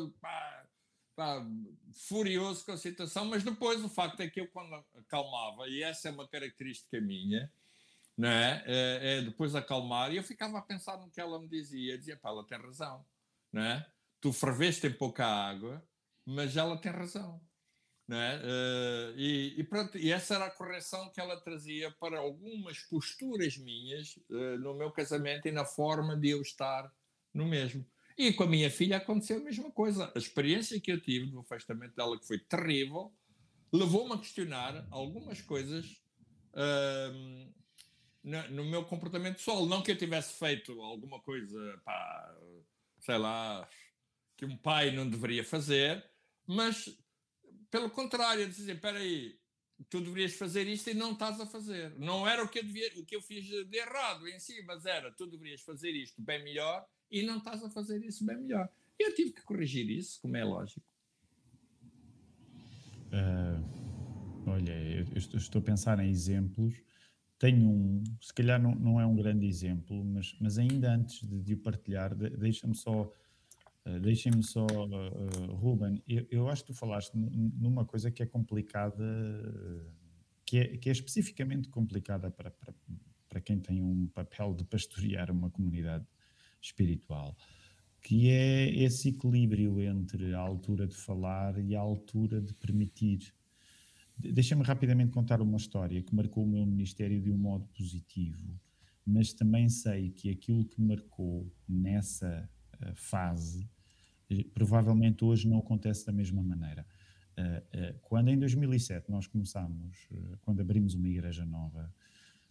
furioso com a situação, mas depois o facto é que eu, quando acalmava, e essa é uma característica minha, não é? Depois acalmar, e eu ficava a pensar no que ela me dizia, dizia, pá, ela tem razão, não é? Tu ferveste em pouca água, mas ela tem razão. Não é? Pronto, e essa era a correção que ela trazia para algumas posturas minhas no meu casamento e na forma de eu estar no mesmo. E com a minha filha aconteceu a mesma coisa. A experiência que eu tive do afastamento dela, que foi terrível, levou-me a questionar algumas coisas no meu comportamento pessoal. Não que eu tivesse feito alguma coisa, pá, sei lá, que um pai não deveria fazer, mas pelo contrário, dizer, espera aí, tu deverias fazer isto e não estás a fazer. Não era o que eu fiz de errado em si, mas era, tu deverias fazer isto bem melhor e não estás a fazer isso bem melhor. E eu tive que corrigir isso, como é lógico. Olha, eu estou a pensar em exemplos. Tenho se calhar não é um grande exemplo, mas ainda antes de o partilhar, deixem-me só, Ruben, eu acho que tu falaste numa coisa que é complicada, que é especificamente complicada para quem tem um papel de pastorear uma comunidade espiritual, que é esse equilíbrio entre a altura de falar e a altura de permitir. Deixa-me rapidamente contar uma história que marcou o meu ministério de um modo positivo, mas também sei que aquilo que marcou nessa fase provavelmente hoje não acontece da mesma maneira. Quando em 2007 nós começámos, quando abrimos uma igreja nova,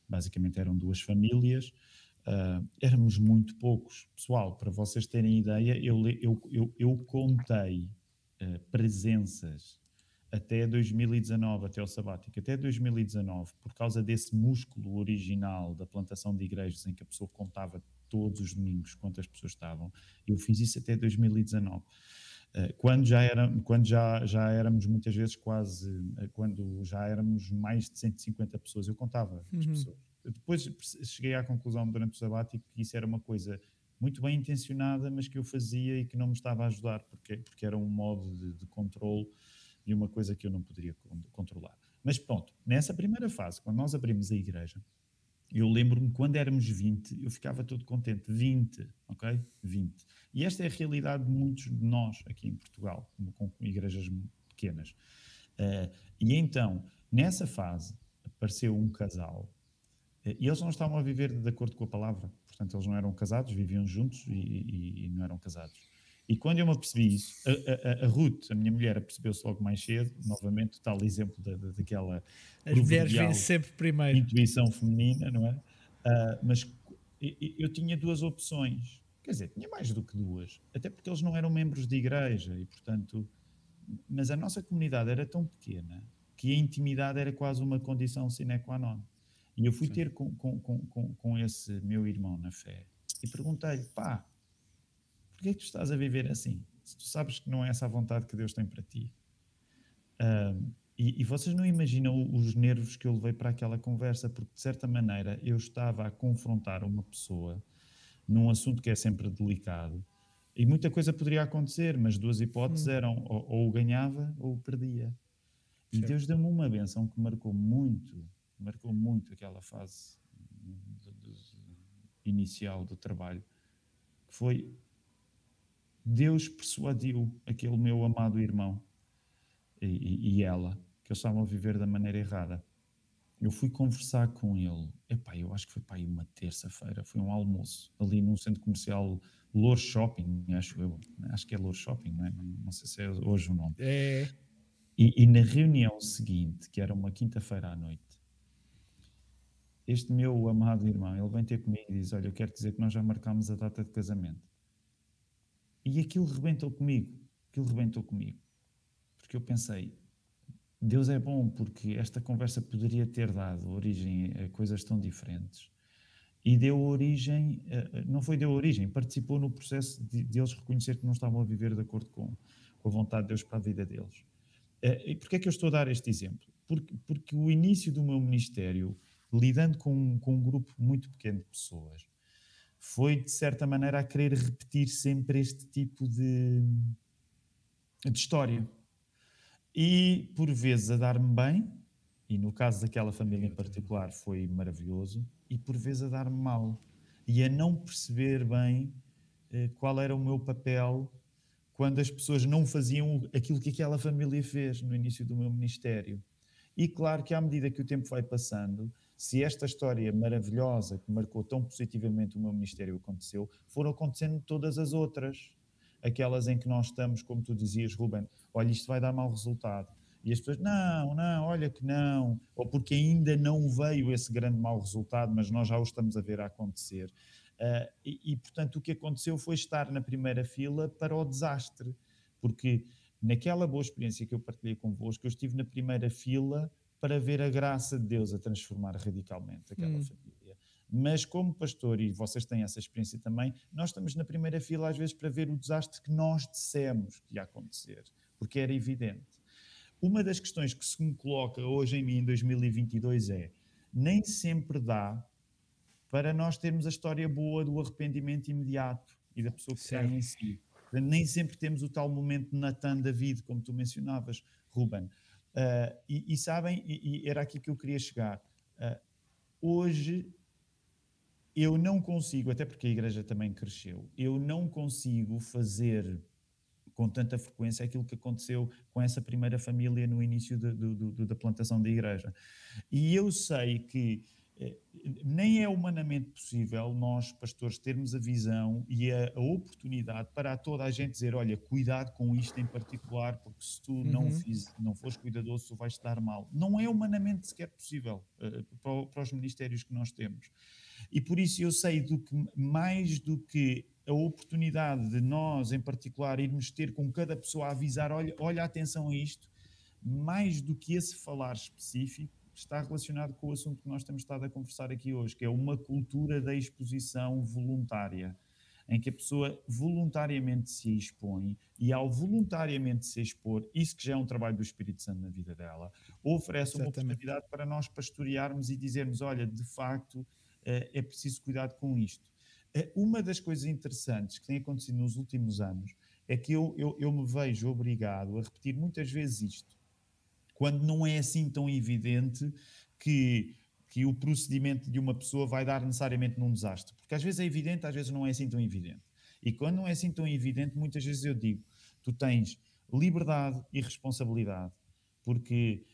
basicamente eram 2 famílias, éramos muito poucos. Pessoal, para vocês terem ideia, eu contei presenças até 2019, até o sabático, até 2019, por causa desse músculo original da plantação de igrejas, em que a pessoa contava todos os domingos quantas pessoas estavam. Eu fiz isso até 2019. Quando já éramos muitas vezes quando já éramos mais de 150 pessoas, eu contava as pessoas. Depois cheguei à conclusão durante o sabático que isso era uma coisa muito bem intencionada, mas que eu fazia e que não me estava a ajudar, porque era um modo de controle e uma coisa que eu não poderia controlar. Mas pronto, nessa primeira fase, quando nós abrimos a igreja, eu lembro-me, quando éramos 20, eu ficava todo contente. 20, ok? 20. E esta é a realidade de muitos de nós aqui em Portugal, com igrejas pequenas. E então, nessa fase, apareceu um casal, e eles não estavam a viver de acordo com a palavra. Portanto, eles não eram casados, viviam juntos e não eram casados. E quando eu me apercebi isso, a Ruth, a minha mulher, apercebeu-se logo mais cedo, novamente, o tal exemplo daquela as mulheres vêm sempre primeiro. Intuição feminina, não é? Mas eu tinha 2 opções. Quer dizer, tinha mais do que 2. Até porque eles não eram membros de igreja e, portanto... Mas a nossa comunidade era tão pequena que a intimidade era quase uma condição sine qua non. E eu fui ter com esse meu irmão na fé e perguntei-lhe, pá, porquê é que tu estás a viver assim? Se tu sabes que não é essa a vontade que Deus tem para ti. E vocês não imaginam os nervos que eu levei para aquela conversa, porque de certa maneira eu estava a confrontar uma pessoa num assunto que é sempre delicado e muita coisa poderia acontecer, mas 2 hipóteses eram ou ganhava ou perdia. E Deus deu-me uma bênção que marcou muito aquela fase inicial do trabalho, que foi Deus persuadiu aquele meu amado irmão e ela, que eles estavam a viver da maneira errada. Eu fui conversar com ele, eu acho que foi para aí uma terça-feira, foi um almoço, ali num centro comercial, Lourdes Shopping, acho que é Lourdes Shopping, não sei se é hoje o nome. E na reunião seguinte, que era uma quinta-feira à noite, este meu amado irmão, ele vem ter comigo e diz, olha, eu quero dizer que nós já marcámos a data de casamento. E aquilo rebentou comigo, porque eu pensei, Deus é bom, porque esta conversa poderia ter dado origem a coisas tão diferentes. E deu origem, participou no processo de eles reconhecer que não estavam a viver de acordo com a vontade de Deus para a vida deles. E porquê é que eu estou a dar este exemplo? Porque o início do meu ministério, lidando com um grupo muito pequeno de pessoas, foi, de certa maneira, a querer repetir sempre este tipo de história. E, por vezes, a dar-me bem, e no caso daquela família em particular foi maravilhoso, e por vezes a dar-me mal. E a não perceber bem qual era o meu papel quando as pessoas não faziam aquilo que aquela família fez no início do meu ministério. E claro que à medida que o tempo vai passando, se esta história maravilhosa que marcou tão positivamente o meu ministério aconteceu, foram acontecendo todas as outras. Aquelas em que nós estamos, como tu dizias, Ruben, olha, isto vai dar mau resultado. E as pessoas, não, olha que não. Ou porque ainda não veio esse grande mau resultado, mas nós já o estamos a ver a acontecer. Portanto, o que aconteceu foi estar na primeira fila para o desastre. Porque naquela boa experiência que eu partilhei convosco, eu estive na primeira fila para ver a graça de Deus a transformar radicalmente aquela família. Mas como pastor, e vocês têm essa experiência também, nós estamos na primeira fila às vezes para ver o desastre que nós dissemos que ia acontecer, porque era evidente. Uma das questões que se me coloca hoje em mim, em 2022, nem sempre dá para nós termos a história boa do arrependimento imediato e da pessoa que cai em si. Nem sempre temos o tal momento de Natan David, como tu mencionavas, Ruben. E sabem, e era aqui que eu queria chegar. Hoje eu não consigo, até porque a igreja também cresceu, eu não consigo fazer com tanta frequência aquilo que aconteceu com essa primeira família no início da plantação da igreja. E eu sei que nem é humanamente possível nós, pastores, termos a visão e a oportunidade para toda a gente dizer, olha, cuidado com isto em particular, porque se tu não fores cuidadoso, tu vais te dar mal. Não é humanamente sequer possível para os ministérios que nós temos. E por isso eu sei mais do que a oportunidade de nós, em particular, irmos ter com cada pessoa a avisar, olha atenção a isto, mais do que esse falar específico, está relacionado com o assunto que nós temos estado a conversar aqui hoje, que é uma cultura da exposição voluntária, em que a pessoa voluntariamente se expõe e, ao voluntariamente se expor, isso que já é um trabalho do Espírito Santo na vida dela, oferece uma oportunidade para nós pastorearmos e dizermos, olha, de facto, é preciso cuidado com isto. Uma das coisas interessantes que tem acontecido nos últimos anos é que eu me vejo obrigado a repetir muitas vezes isto, quando não é assim tão evidente que o procedimento de uma pessoa vai dar necessariamente num desastre. Porque às vezes é evidente, às vezes não é assim tão evidente. E quando não é assim tão evidente, muitas vezes eu digo, tu tens liberdade e responsabilidade, porque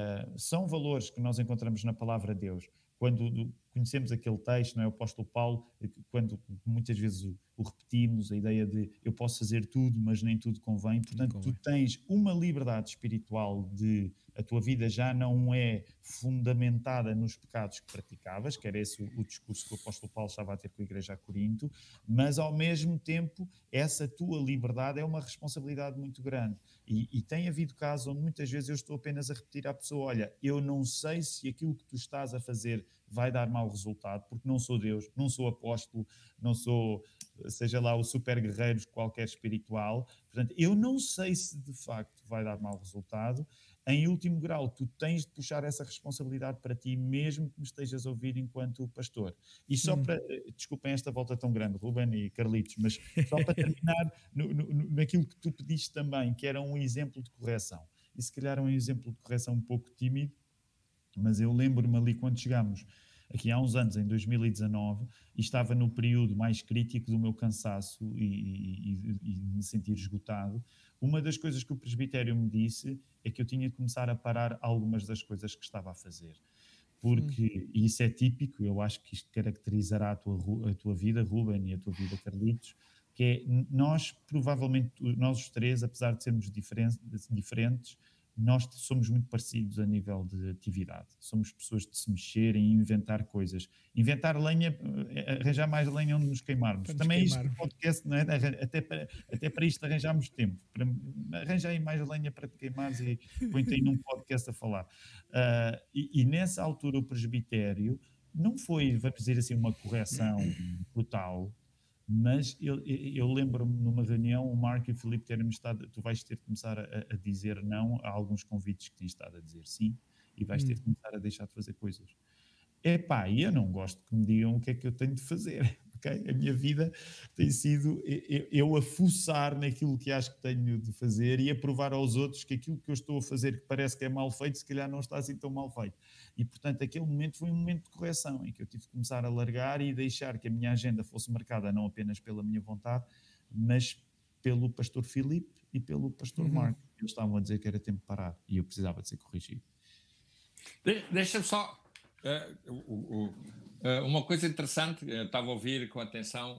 são valores que nós encontramos na palavra de Deus. Quando conhecemos aquele texto, não é? O apóstolo Paulo, quando muitas vezes o repetimos, a ideia de eu posso fazer tudo, mas nem tudo convém. Portanto, tu tens uma liberdade espiritual de a tua vida já não é fundamentada nos pecados que praticavas, que era esse o discurso que o apóstolo Paulo estava a ter com a igreja a Corinto, mas ao mesmo tempo essa tua liberdade é uma responsabilidade muito grande. E tem havido casos onde muitas vezes eu estou apenas a repetir à pessoa, olha, eu não sei se aquilo que tu estás a fazer vai dar mau resultado, porque não sou Deus, não sou apóstolo, não sou, seja lá, o super guerreiro qualquer espiritual. Portanto, eu não sei se de facto vai dar mau resultado. Em último grau, tu tens de puxar essa responsabilidade para ti, mesmo que me estejas a ouvir enquanto pastor. E só para, desculpem esta volta tão grande, Ruben e Carlitos, mas só para terminar naquilo que tu pediste também, que era um exemplo de correção. E se calhar um exemplo de correção um pouco tímido, mas eu lembro-me ali quando chegámos aqui há uns anos, em 2019, e estava no período mais crítico do meu cansaço e me sentir esgotado. Uma das coisas que o presbitério me disse é que eu tinha que começar a parar algumas das coisas que estava a fazer. Porque, e isso é típico, eu acho que isto caracterizará a tua vida, Ruben, e a tua vida, Carlitos, que é, nós, provavelmente, nós os três, apesar de sermos diferentes, nós somos muito parecidos a nível de atividade. Somos pessoas de se mexerem e inventar coisas. Inventar lenha, arranjar mais lenha onde nos queimarmos. Também isto do podcast, não é? Até para isto arranjámos tempo. Arranja aí mais lenha para te queimares e põe-te aí num podcast a falar. E nessa altura o presbitério não foi, vamos dizer assim, uma correção brutal, mas eu lembro-me numa reunião, o Marco e o Filipe terem-me estado, tu vais ter de começar a dizer não a alguns convites que tens estado a dizer sim, e vais ter de começar a deixar de fazer coisas. Epá, e eu não gosto que me digam o que é que eu tenho de fazer, ok? A minha vida tem sido eu a fuçar naquilo que acho que tenho de fazer e a provar aos outros que aquilo que eu estou a fazer que parece que é mal feito, se calhar não está assim tão mal feito. E, portanto, aquele momento foi um momento de correção em que eu tive que começar a largar e deixar que a minha agenda fosse marcada não apenas pela minha vontade, mas pelo pastor Filipe e pelo pastor Marco. Eles estavam a dizer que era tempo de parar e eu precisava de ser corrigido. Deixa-me só... uma coisa interessante, eu estava a ouvir com atenção,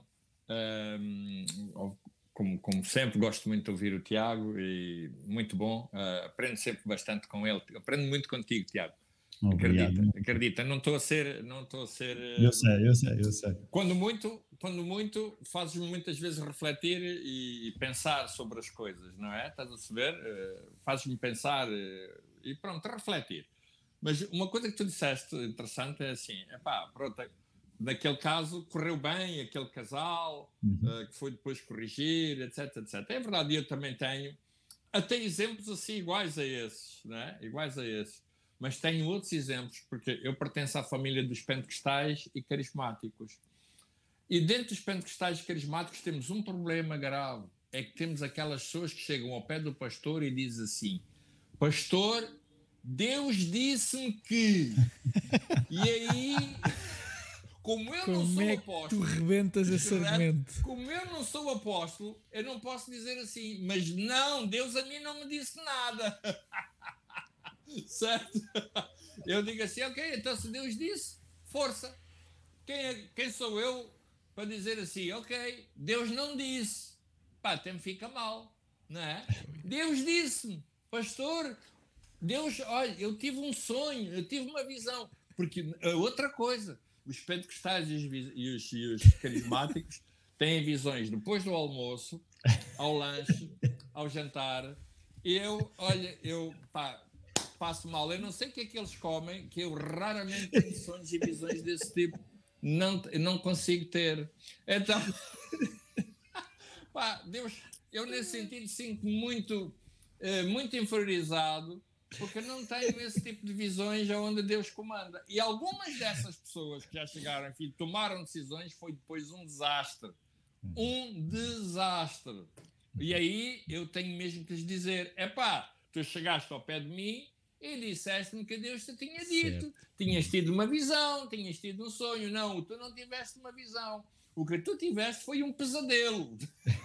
como sempre, gosto muito de ouvir o Tiago, e muito bom, aprendo sempre bastante com ele, aprendo muito contigo, Tiago. Acredita, não estou a ser eu sei. Quando muito fazes-me muitas vezes refletir e pensar sobre as coisas, não é? Estás a saber? Fazes-me pensar e pronto, refletir. Mas uma coisa que tu disseste interessante é assim, pronto, naquele caso correu bem, aquele casal que foi depois corrigir, etc. É verdade, eu também tenho até exemplos assim iguais a esses, não é? Iguais a esses. Mas tenho outros exemplos, porque eu pertenço à família dos pentecostais e carismáticos. E dentro dos pentecostais e carismáticos temos um problema grave, é que temos aquelas pessoas que chegam ao pé do pastor e dizem assim, pastor, Deus disse-me que... E aí, como eu não sou apóstolo... tu rebentas esse argumento? Como eu não sou apóstolo, eu não posso dizer assim, mas não, Deus a mim não me disse nada. Certo? Eu digo assim, ok, então se Deus disse, força. Quem sou eu para dizer assim, ok, Deus não disse, pá, até me fica mal, não é? Deus disse-me, pastor, Deus, olha, eu tive um sonho, eu tive uma visão. Porque outra coisa, os pentecostais e os carismáticos têm visões depois do almoço, ao lanche, ao jantar. Eu passo mal. Eu não sei o que é que eles comem, que eu raramente tenho sonhos e visões desse tipo. Não consigo ter. Então, pá, Deus, eu nesse sentido sinto-me muito inferiorizado, porque não tenho esse tipo de visões onde Deus comanda. E algumas dessas pessoas que já chegaram, enfim, tomaram decisões, foi depois um desastre. Um desastre. E aí eu tenho mesmo que lhes dizer, tu chegaste ao pé de mim e disseste-me que Deus te tinha dito. Certo. Tinhas tido uma visão, tinhas tido um sonho. Não, tu não tiveste uma visão. O que tu tiveste foi um pesadelo.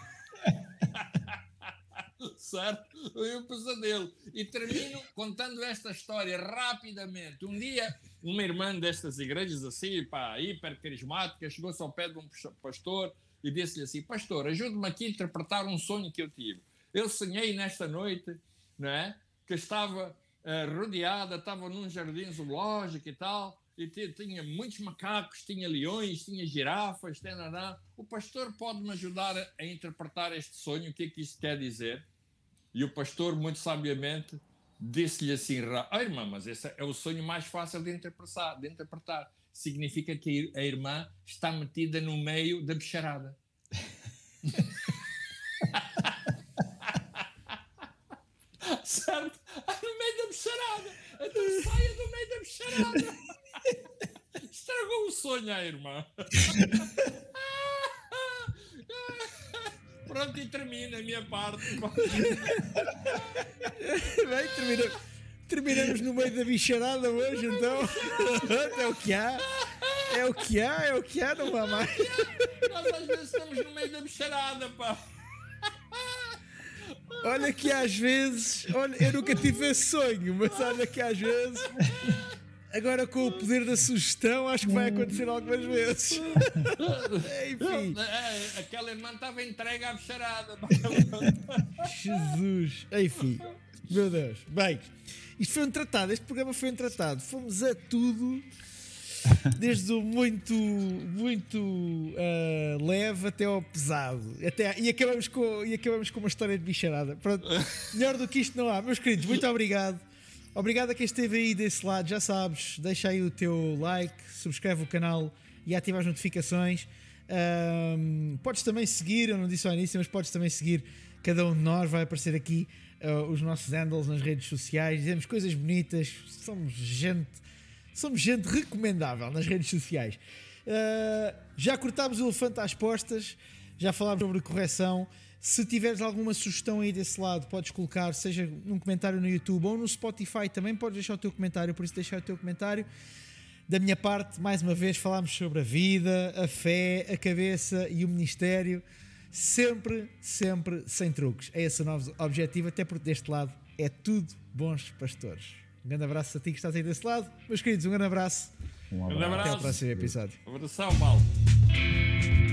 Certo? Foi um pesadelo. E termino contando esta história rapidamente. Um dia, uma irmã destas igrejas assim, hiper carismática, chegou-se ao pé de um pastor e disse-lhe assim, pastor, ajude-me aqui a interpretar um sonho que eu tive. Eu sonhei nesta noite, não é? Que estava rodeada, estava num jardim zoológico e tal, e tinha muitos macacos, tinha leões, tinha girafas, o pastor pode-me ajudar a interpretar este sonho, o que é que isto quer dizer? E o pastor, muito sabiamente, disse-lhe assim, irmã, mas esse é o sonho mais fácil de interpretar. Significa que a irmã está metida no meio da bicharada. Certo? No meio da bicharada. Então saia do meio da bicharada. Estragou o sonho à irmã. Pronto, e termina a minha parte. Bem, terminamos no meio da bicharada hoje, então. É o que há. É o que há, não há mais. Nós às vezes estamos no meio da bicharada, pá. Olha que às vezes, eu nunca tive esse sonho, mas olha que às vezes, agora com o poder da sugestão, acho que vai acontecer algumas vezes. Enfim. Aquela irmã estava entregue à bicharada. Jesus. Enfim. Meu Deus. Bem, isto foi um tratado, este programa foi um tratado. Fomos a tudo, desde o muito leve até ao pesado. E acabamos com uma história de bicharada. Pronto, melhor do que isto não há. Meus queridos, muito obrigado. Obrigado a quem esteve aí desse lado. Já sabes, deixa aí o teu like, subscreve o canal e ativa as notificações. Podes também seguir, eu não disse ao início, mas podes também seguir cada um de nós. Vai aparecer aqui os nossos handles nas redes sociais. Dizemos coisas bonitas, somos gente recomendável nas redes sociais. Já cortámos o elefante às postas, já falámos sobre correção. Se tiveres alguma sugestão aí desse lado, podes colocar, seja num comentário no YouTube ou no Spotify, também podes deixar o teu comentário, por isso deixa o teu comentário. Da minha parte, mais uma vez, falámos sobre a vida, a fé, a cabeça e o ministério, sempre sem truques. É esse o nosso objetivo, até porque deste lado é tudo bons pastores. Um grande abraço a ti que estás aí desse lado. Meus queridos, um grande abraço. Um abraço. Até ao próximo episódio. Abração, Paulo.